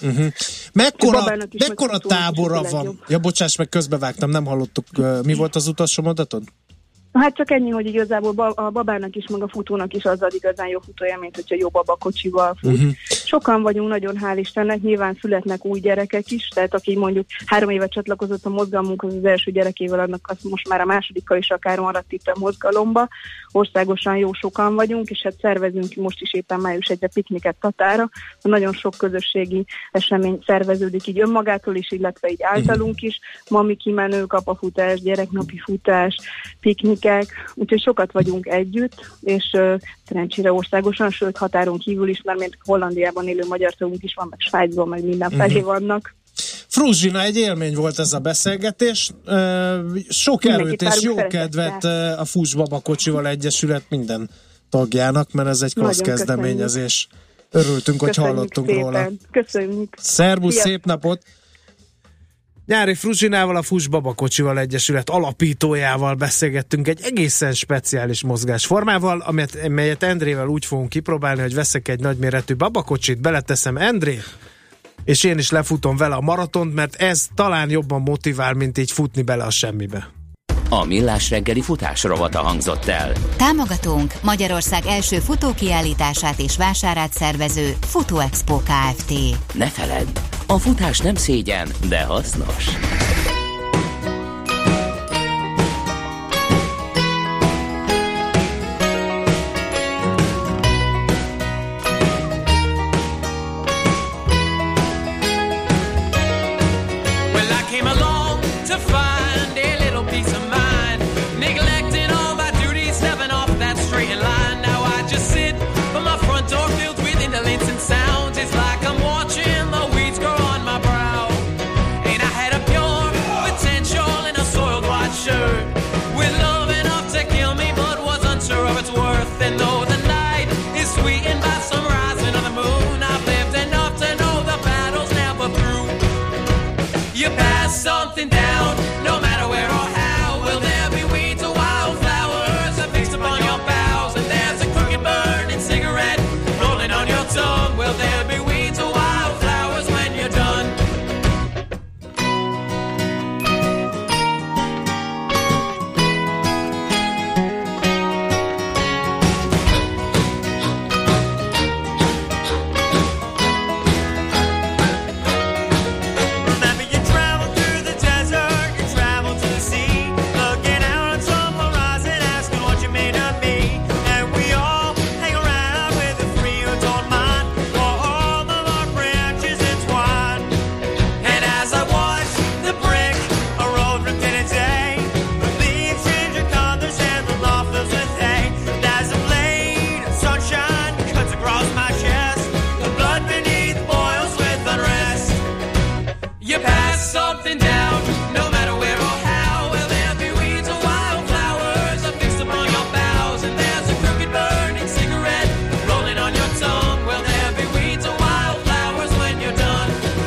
Mekkora tábora van? Ja, bocsáss meg, közbevágtam, nem hallottuk. Mi volt az utolsó mondatod? Hát csak ennyi, hogy igazából a babának is, meg a futónak is az ad igazán jó futója, mint hogyha jó babakocsival fut. És Sokan vagyunk, nagyon hál' Istennek, nyilván születnek új gyerekek is, tehát aki mondjuk 3 éve csatlakozott a mozgalmunkhoz az első gyerekével, annak az most már a másodikkal is akár maradt itt a mozgalomba. Országosan jó sokan vagyunk, és hát szervezünk most is éppen május 1-re pikniket Tatára. Nagyon sok közösségi esemény szerveződik így önmagától is, illetve így általunk is. Mami kimenő, kapafutás, gyereknapi futás, piknikek, úgyhogy sokat vagyunk együtt, és szerencsére országosan, sőt határon kívül is, mert mint Hollandiában élő magyar tagunk is van, meg Svájcban, meg mindenfelé vannak. Fruzsina, egy élmény volt ez a beszélgetés. Sok erőt és jó kedvet a Fuss Baba Kocsival Egyesület minden tagjának, mert ez egy klassz kezdeményezés. Örültünk, hogy hallottunk róla. Köszönjük. Szervusz, szép napot! Nyári Fruzsinával, a Fuss Baba Kocsival Egyesület alapítójával beszélgettünk egy egészen speciális mozgásformával, amelyet Endrével úgy fogunk kipróbálni, hogy veszek egy nagyméretű babakocsit, beleteszem Endrét, és én is lefutom vele a maratont, mert ez talán jobban motivál, mint így futni bele a semmibe. A Millás reggeli futás rovata hangzott el. Támogatónk Magyarország első futókiállítását és vásárát szervező Futó Expo Kft. Ne feledd, a futás nem szégyen, de hasznos. Something down, no matter where or how. Will there be weeds or wildflowers affixed upon your brows? And there's a crooked burning cigarette rolling on your tongue. Will there be weeds or wildflowers when you're done? Something down, no matter where or how. Will there be weeds or wildflowers affixed upon your brows? And there's a crooked burning cigarette rolling on your tongue. Will there be weeds or wildflowers when you're done?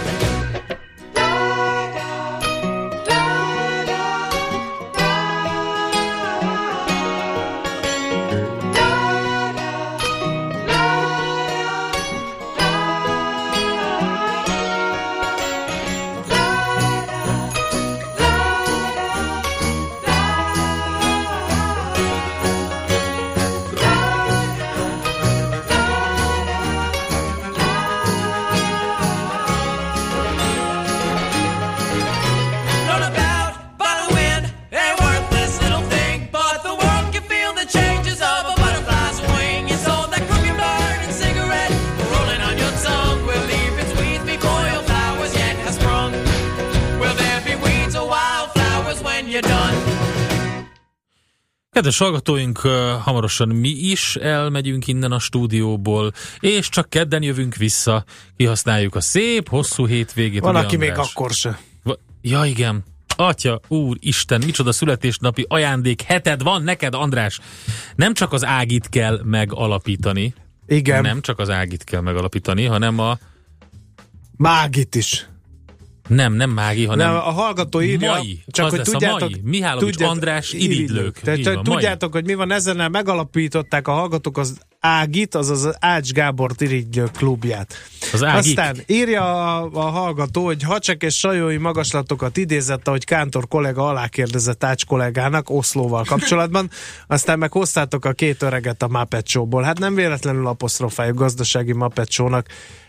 Kedves hallgatóink, hamarosan mi is elmegyünk innen a stúdióból, és csak kedden jövünk vissza, kihasználjuk a szép, hosszú hétvégét. Van, aki még akkor se. Ja, igen. Atya, úr, Isten, micsoda születésnapi ajándék heted van neked, András. Nem csak az Ágit kell megalapítani. Igen. Nem csak az Ágit kell megalapítani, hanem a... Mágit is. Nem Mági, hanem... Nem, a hallgató írja, Mai. csak az hogy lesz tudjátok... a Mai. Mihálovics András irigylők. Tudjátok, hogy mi van ezennel, megalapították a hallgatók az Ágit, azaz az Ács Gábor irigylők klubját. Az Ágik. Aztán írja a hallgató, hogy Hacsek és Sajói magaslatokat idézett, ahogy Kántor kollega alákérdezett Ács kollégának Oszlóval kapcsolatban, aztán meg hoztátok a két öreget a Muppet Show-ból. Hát nem véletlenül apostrofáljuk gazdasági Muppet Show-nak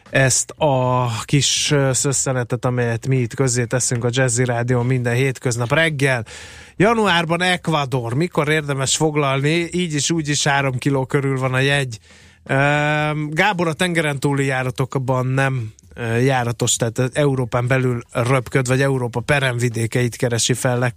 ezt a kis szösszenetet, amelyet mi itt közzé teszünk a Jazzy Rádión minden hétköznap reggel. Januárban Ecuador, mikor érdemes foglalni? Így is úgy is 3 kiló körül van a jegy. Gábor a tengeren túli járatokban nem járatos, tehát Európán belül röpköd, vagy Európa peremvidékeit keresi fel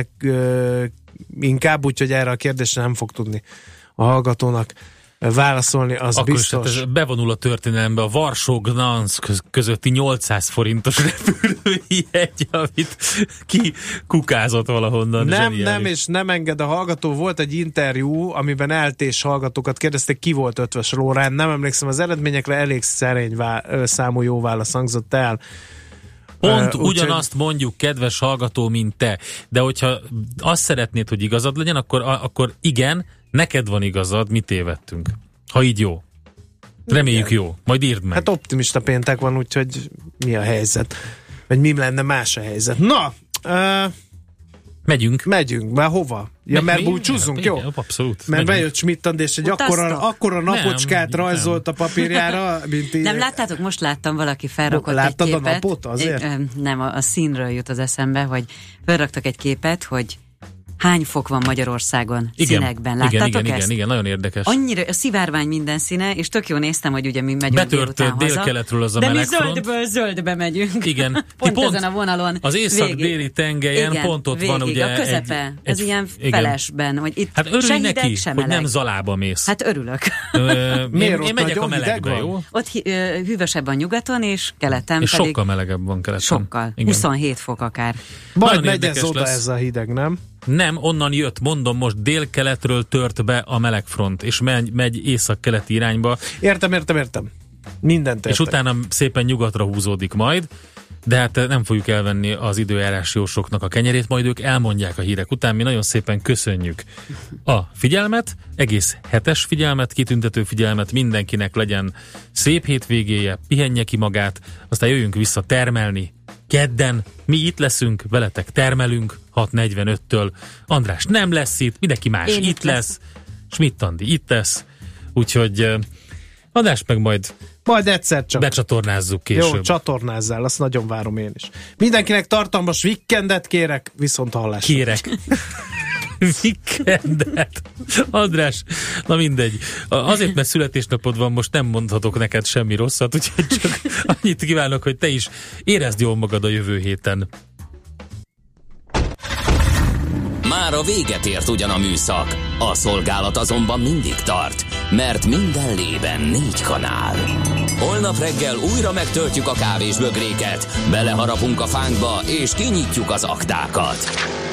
inkább, úgyhogy erre a kérdésre nem fog tudni a hallgatónak válaszolni, az akkor biztos. Hát bevonul a történelembe a Varsó-Gdansk közötti 800 forintos repülőjegy, amit ki kukázott valahonnan. Nem, és nem enged a hallgató. Volt egy interjú, amiben eltés hallgatókat kérdezték, ki volt Ötvös Lórán. Nem emlékszem az eredményekre, elég szerény számú jó válasz hangzott el. Pont ugyanazt mondjuk, kedves hallgató, mint te. De hogyha azt szeretnéd, hogy igazad legyen, akkor igen, neked van igazad, mi tévedtünk. Ha így jó. Reméljük jó. Majd írd meg. Hát optimista péntek van, úgyhogy mi a helyzet? Vagy mi lenne más a helyzet? Na! Megyünk. Már hova? Ja, mert búcsúzzunk, jó? Abszolút. Mert bejött Schmidt-András, és egy akkora napocskát rajzolt a papírjára, mint így... Nem láttátok? Most láttam, valaki felrakott egy képet. Láttad a napot azért? Nem, a színről jut az eszembe, hogy felraktak egy képet, hogy hány fok van Magyarországon színekben. Láttátok ezt? Igen, nagyon érdekes. Annyira a szivárvány minden színe, és tök jó néztem, hogy ugye mi megyünk délután haza. Délkeletről az a melegfront. De mi zöldbe megyünk. Igen. Pont ezen a vonalon. Az észak-déli tengelyen pont ott van ugye a közepe, ez ilyen felesben, hogy itt hát örülj se hideg, neki, se hogy meleg. nem Zalába mész. Hát örülök. Én megyek a melegbe, jó? Ott hűvösebb a nyugaton, és keleten és pedig... sokkal melegebb van keleten. Sokkal. Igen. 27 fok akár. Majd megy ez oda ez a hideg, nem? Nem, onnan jött, mondom, most délkeletről tört be a melegfront, és megy észak-keleti irányba. Értem. Mindent értek. És utána szépen nyugatra húzódik majd, de hát nem fogjuk elvenni az időjárási jósoknak a kenyerét, majd ők elmondják a hírek után. Mi nagyon szépen köszönjük a figyelmet, egész hetes figyelmet, kitüntető figyelmet, mindenkinek legyen szép hétvégéje, pihenje ki magát, aztán jöjjünk vissza termelni. Kedden mi itt leszünk, veletek termelünk 6:45-től. András nem lesz itt, mindenki más itt lesz. Schmidt-Andi itt lesz. Úgyhogy András meg majd egyszer csak becsatornázzuk később. Jó, csatornázzál, azt nagyon várom én is. Mindenkinek tartalmas weekendet kérek, viszont hallásra. Kérek. Weekendet. András, na mindegy. Azért, mert születésnapod van, most nem mondhatok neked semmi rosszat, úgyhogy csak annyit kívánok, hogy te is érezd jól magad a jövő héten. Már a véget ért ugyan a műszak, a szolgálat azonban mindig tart, mert minden lében 4 kanál. Holnap reggel újra megtöltjük a kávésbögréket, beleharapunk a fánkba és kinyitjuk az aktákat.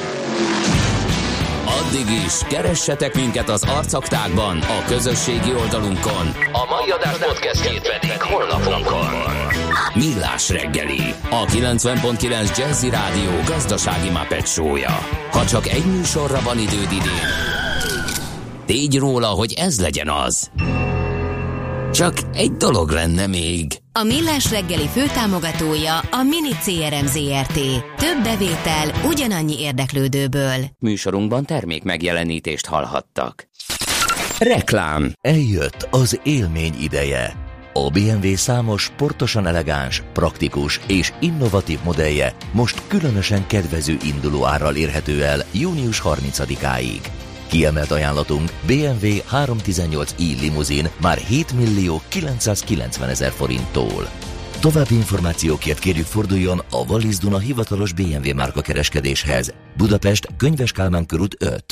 Addig is keressetek minket az arcaktákban, a közösségi oldalunkon, a mai adás podcastjét pedig honlapunkon. Millás reggeli, a 90.9 Jazzy Rádió gazdasági Muppet show-ja. Ha csak egy műsorra van időd idén, tégy róla, hogy ez legyen az. Csak egy dolog lenne még. A Millás reggeli főtámogatója a Mini CRM Zrt. Több bevétel ugyanannyi érdeklődőből. Műsorunkban termék megjelenítést hallhattak. Reklám. Eljött az élmény ideje. A BMW számos sportosan elegáns, praktikus és innovatív modellje most különösen kedvező induló árral érhető el június 30-áig. Kiemelt ajánlatunk BMW 318i limuzin már 7.990.000 forinttól. További információkért kérjük forduljon a Wallis Duna hivatalos BMW márka kereskedéshez. Budapest, Könyves Kálmán körút 5.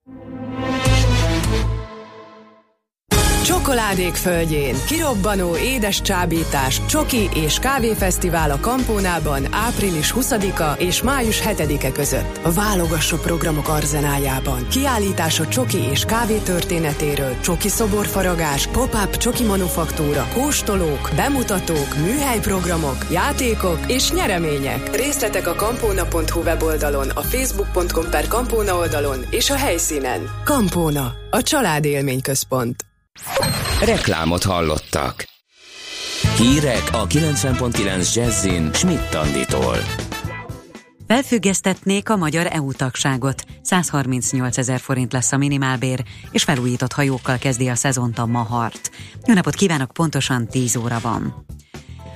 Csokoládék földjén kirobbanó édes csábítás, csoki és kávéfesztivál a Kampónában április 20-a és május 7-e között. Válogassó programok arzenájában. Kiállítás a csoki és kávé történetéről, csoki szoborfaragás, pop-up csoki manufaktúra, kóstolók, bemutatók, műhelyprogramok, játékok és nyeremények. Részletek a kampona.hu weboldalon, a facebook.com/Kampóna oldalon és a helyszínen. Kampóna, a családélményközpont. Reklámot hallottak. Hírek a 90.9 Jazzin Schmidt-Anditól. Felfüggesztetnék a magyar EU tagságot. 138 000 forint lesz a minimálbér, és felújított hajókkal kezdi a szezont a Mahart. Jó napot kívánok, pontosan 10 óra van.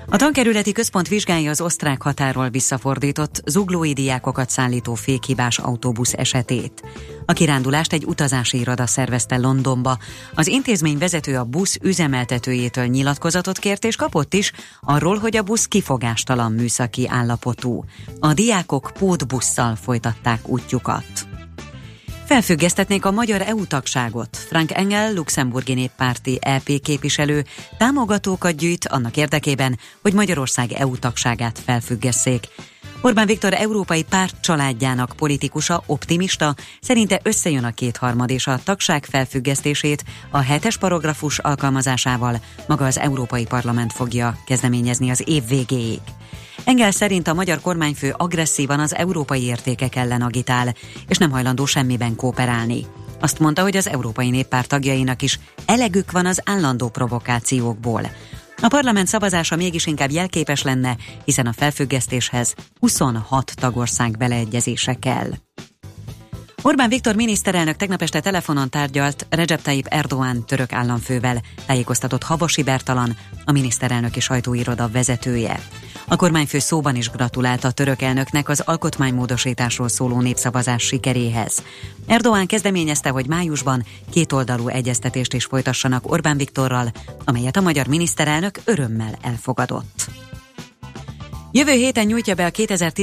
A tankerületi központ vizsgálja az osztrák határól visszafordított zuglói diákokat szállító fékhibás autóbusz esetét. A kirándulást egy utazási iroda szervezte Londonba. Az intézmény vezető a busz üzemeltetőjétől nyilatkozatot kért és kapott is arról, hogy a busz kifogástalan műszaki állapotú. A diákok pótbusszal folytatták útjukat. Felfüggesztetnék a magyar EU tagságot. Frank Engel, luxemburgi néppárti EP képviselő támogatókat gyűjt annak érdekében, hogy Magyarország EU tagságát felfüggesszék. Orbán Viktor európai párt családjának politikusa, optimista, szerinte összejön a kétharmad és a tagság felfüggesztését a 7-es paragrafus alkalmazásával maga az Európai Parlament fogja kezdeményezni az év végéig. Engel szerint a magyar kormányfő agresszívan az európai értékek ellen agitál, és nem hajlandó semmiben kooperálni. Azt mondta, hogy az Európai Néppárt tagjainak is elegük van az állandó provokációkból. A parlament szavazása mégis inkább jelképes lenne, hiszen a felfüggesztéshez 26 tagország beleegyezése kell. Orbán Viktor miniszterelnök tegnap este telefonon tárgyalt Recep Tayyip Erdoğan török államfővel, tájékoztatott Havasi Bertalan, a miniszterelnöki sajtóiroda vezetője. A kormányfő szóban is gratulált a török elnöknek az alkotmánymódosításról szóló népszavazás sikeréhez. Erdoğan kezdeményezte, hogy májusban kétoldalú egyeztetést is folytassanak Orbán Viktorral, amelyet a magyar miniszterelnök örömmel elfogadott. Jövő héten nyújtja be a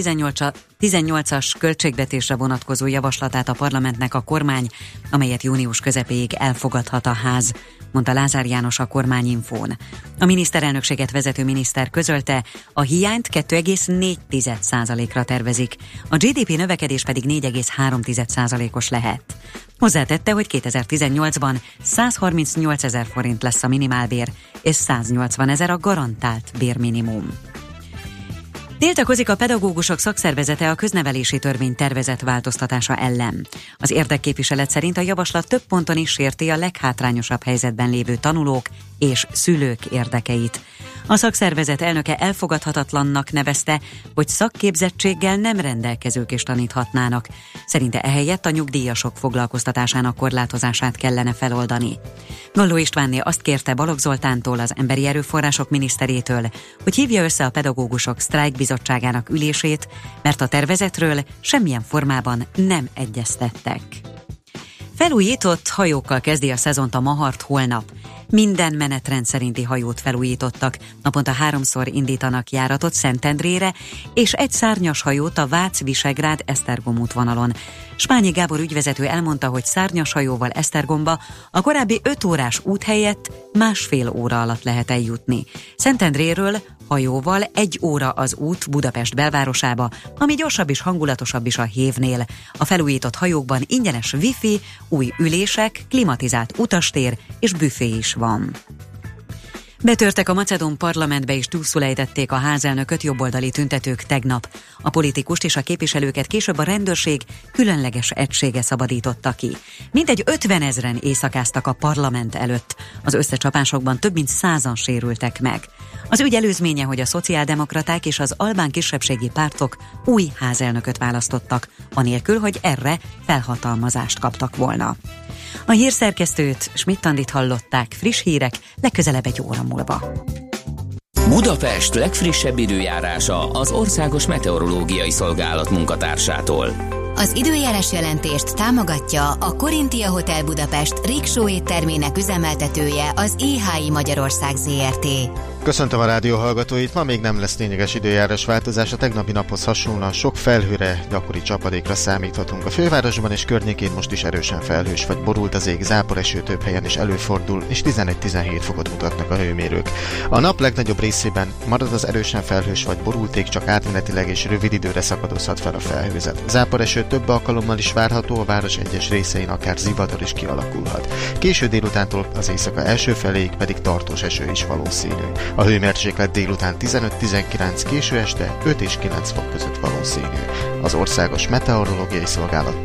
2018-as költségvetésre vonatkozó javaslatát a parlamentnek a kormány, amelyet június közepéig elfogadhat a ház, mondta Lázár János a Kormányinfón. A miniszterelnökséget vezető miniszter közölte, a hiányt 2,4%-ra tervezik, a GDP növekedés pedig 4,3%-os lehet. Hozzátette, hogy 2018-ban 138 000 forint lesz a minimálbér, és 180 000 a garantált bérminimum. Tiltakozik a pedagógusok szakszervezete a köznevelési törvény tervezett változtatása ellen. Az érdekképviselet szerint a javaslat több ponton is sérti a leghátrányosabb helyzetben lévő tanulók és szülők érdekeit. A szakszervezet elnöke elfogadhatatlannak nevezte, hogy szakképzettséggel nem rendelkezők is taníthatnának. Szerinte ehelyett a nyugdíjasok foglalkoztatásának korlátozását kellene feloldani. Galló Istvánné azt kérte Balogh Zoltántól, az emberi erőforrások miniszterétől, hogy hívja össze a pedagógusok sztrájkbizottságának ülését, mert a tervezetről semmilyen formában nem egyeztettek. Felújított hajókkal kezdi a szezont a Mahart holnap. Minden menetrend szerinti hajót felújítottak, naponta 3-szor indítanak járatot Szentendrére, és egy szárnyas hajót a Vác-Visegrád-Esztergom útvonalon. Spányi Gábor ügyvezető elmondta, hogy szárnyas hajóval Esztergomba a korábbi 5 órás út helyett 1,5 óra alatt lehet eljutni. Szentendréről hajóval 1 óra az út Budapest belvárosába, ami gyorsabb és hangulatosabb is a Hévnél. A felújított hajókban ingyenes wifi, új ülések, klimatizált utastér és büfé is van. Betörtek a macedón parlamentbe és túlszul ejtették a házelnököt jobboldali tüntetők tegnap. A politikust és a képviselőket később a rendőrség különleges egysége szabadította ki. Mintegy 50 000 éjszakáztak a parlament előtt. Az összecsapásokban több mint 100-an sérültek meg. Az ügy előzménye, hogy a szociáldemokraták és az albán kisebbségi pártok új házelnököt választottak, anélkül, hogy erre felhatalmazást kaptak volna. A hírszerkesztőt, Schmidt-Andit hallották, friss hírek legközelebb 1 óra múlva. Budapest legfrissebb időjárása az Országos Meteorológiai Szolgálat munkatársától. Az időjárás jelentést támogatja a Korintia Hotel Budapest Riksó éttermének üzemeltetője, az IHI Magyarország Zrt. Köszöntöm a rádió hallgatóit, ma még nem lesz lényeges időjárás változás, a tegnapi naphoz hasonlóan sok felhőre, gyakori csapadékra számíthatunk. A fővárosban és környékén most is erősen felhős vagy borult az ég, záporeső több helyen is előfordul, és 11-17 fokot mutatnak a hőmérők. A nap legnagyobb részében marad az erősen felhős vagy borult ég, csak átmenetileg és rövid időre szakadozhat fel a felhőzet. Záporeső több alkalommal is várható, a város egyes részein akár zivatar is kialakulhat. Késő délutántól az éjszaka első feléig pedig tartós eső is valószínű. A hőmérséklet délután 15-19, késő este 5 és 9 fok között valószínű. Az Országos Meteorológiai Szolgálat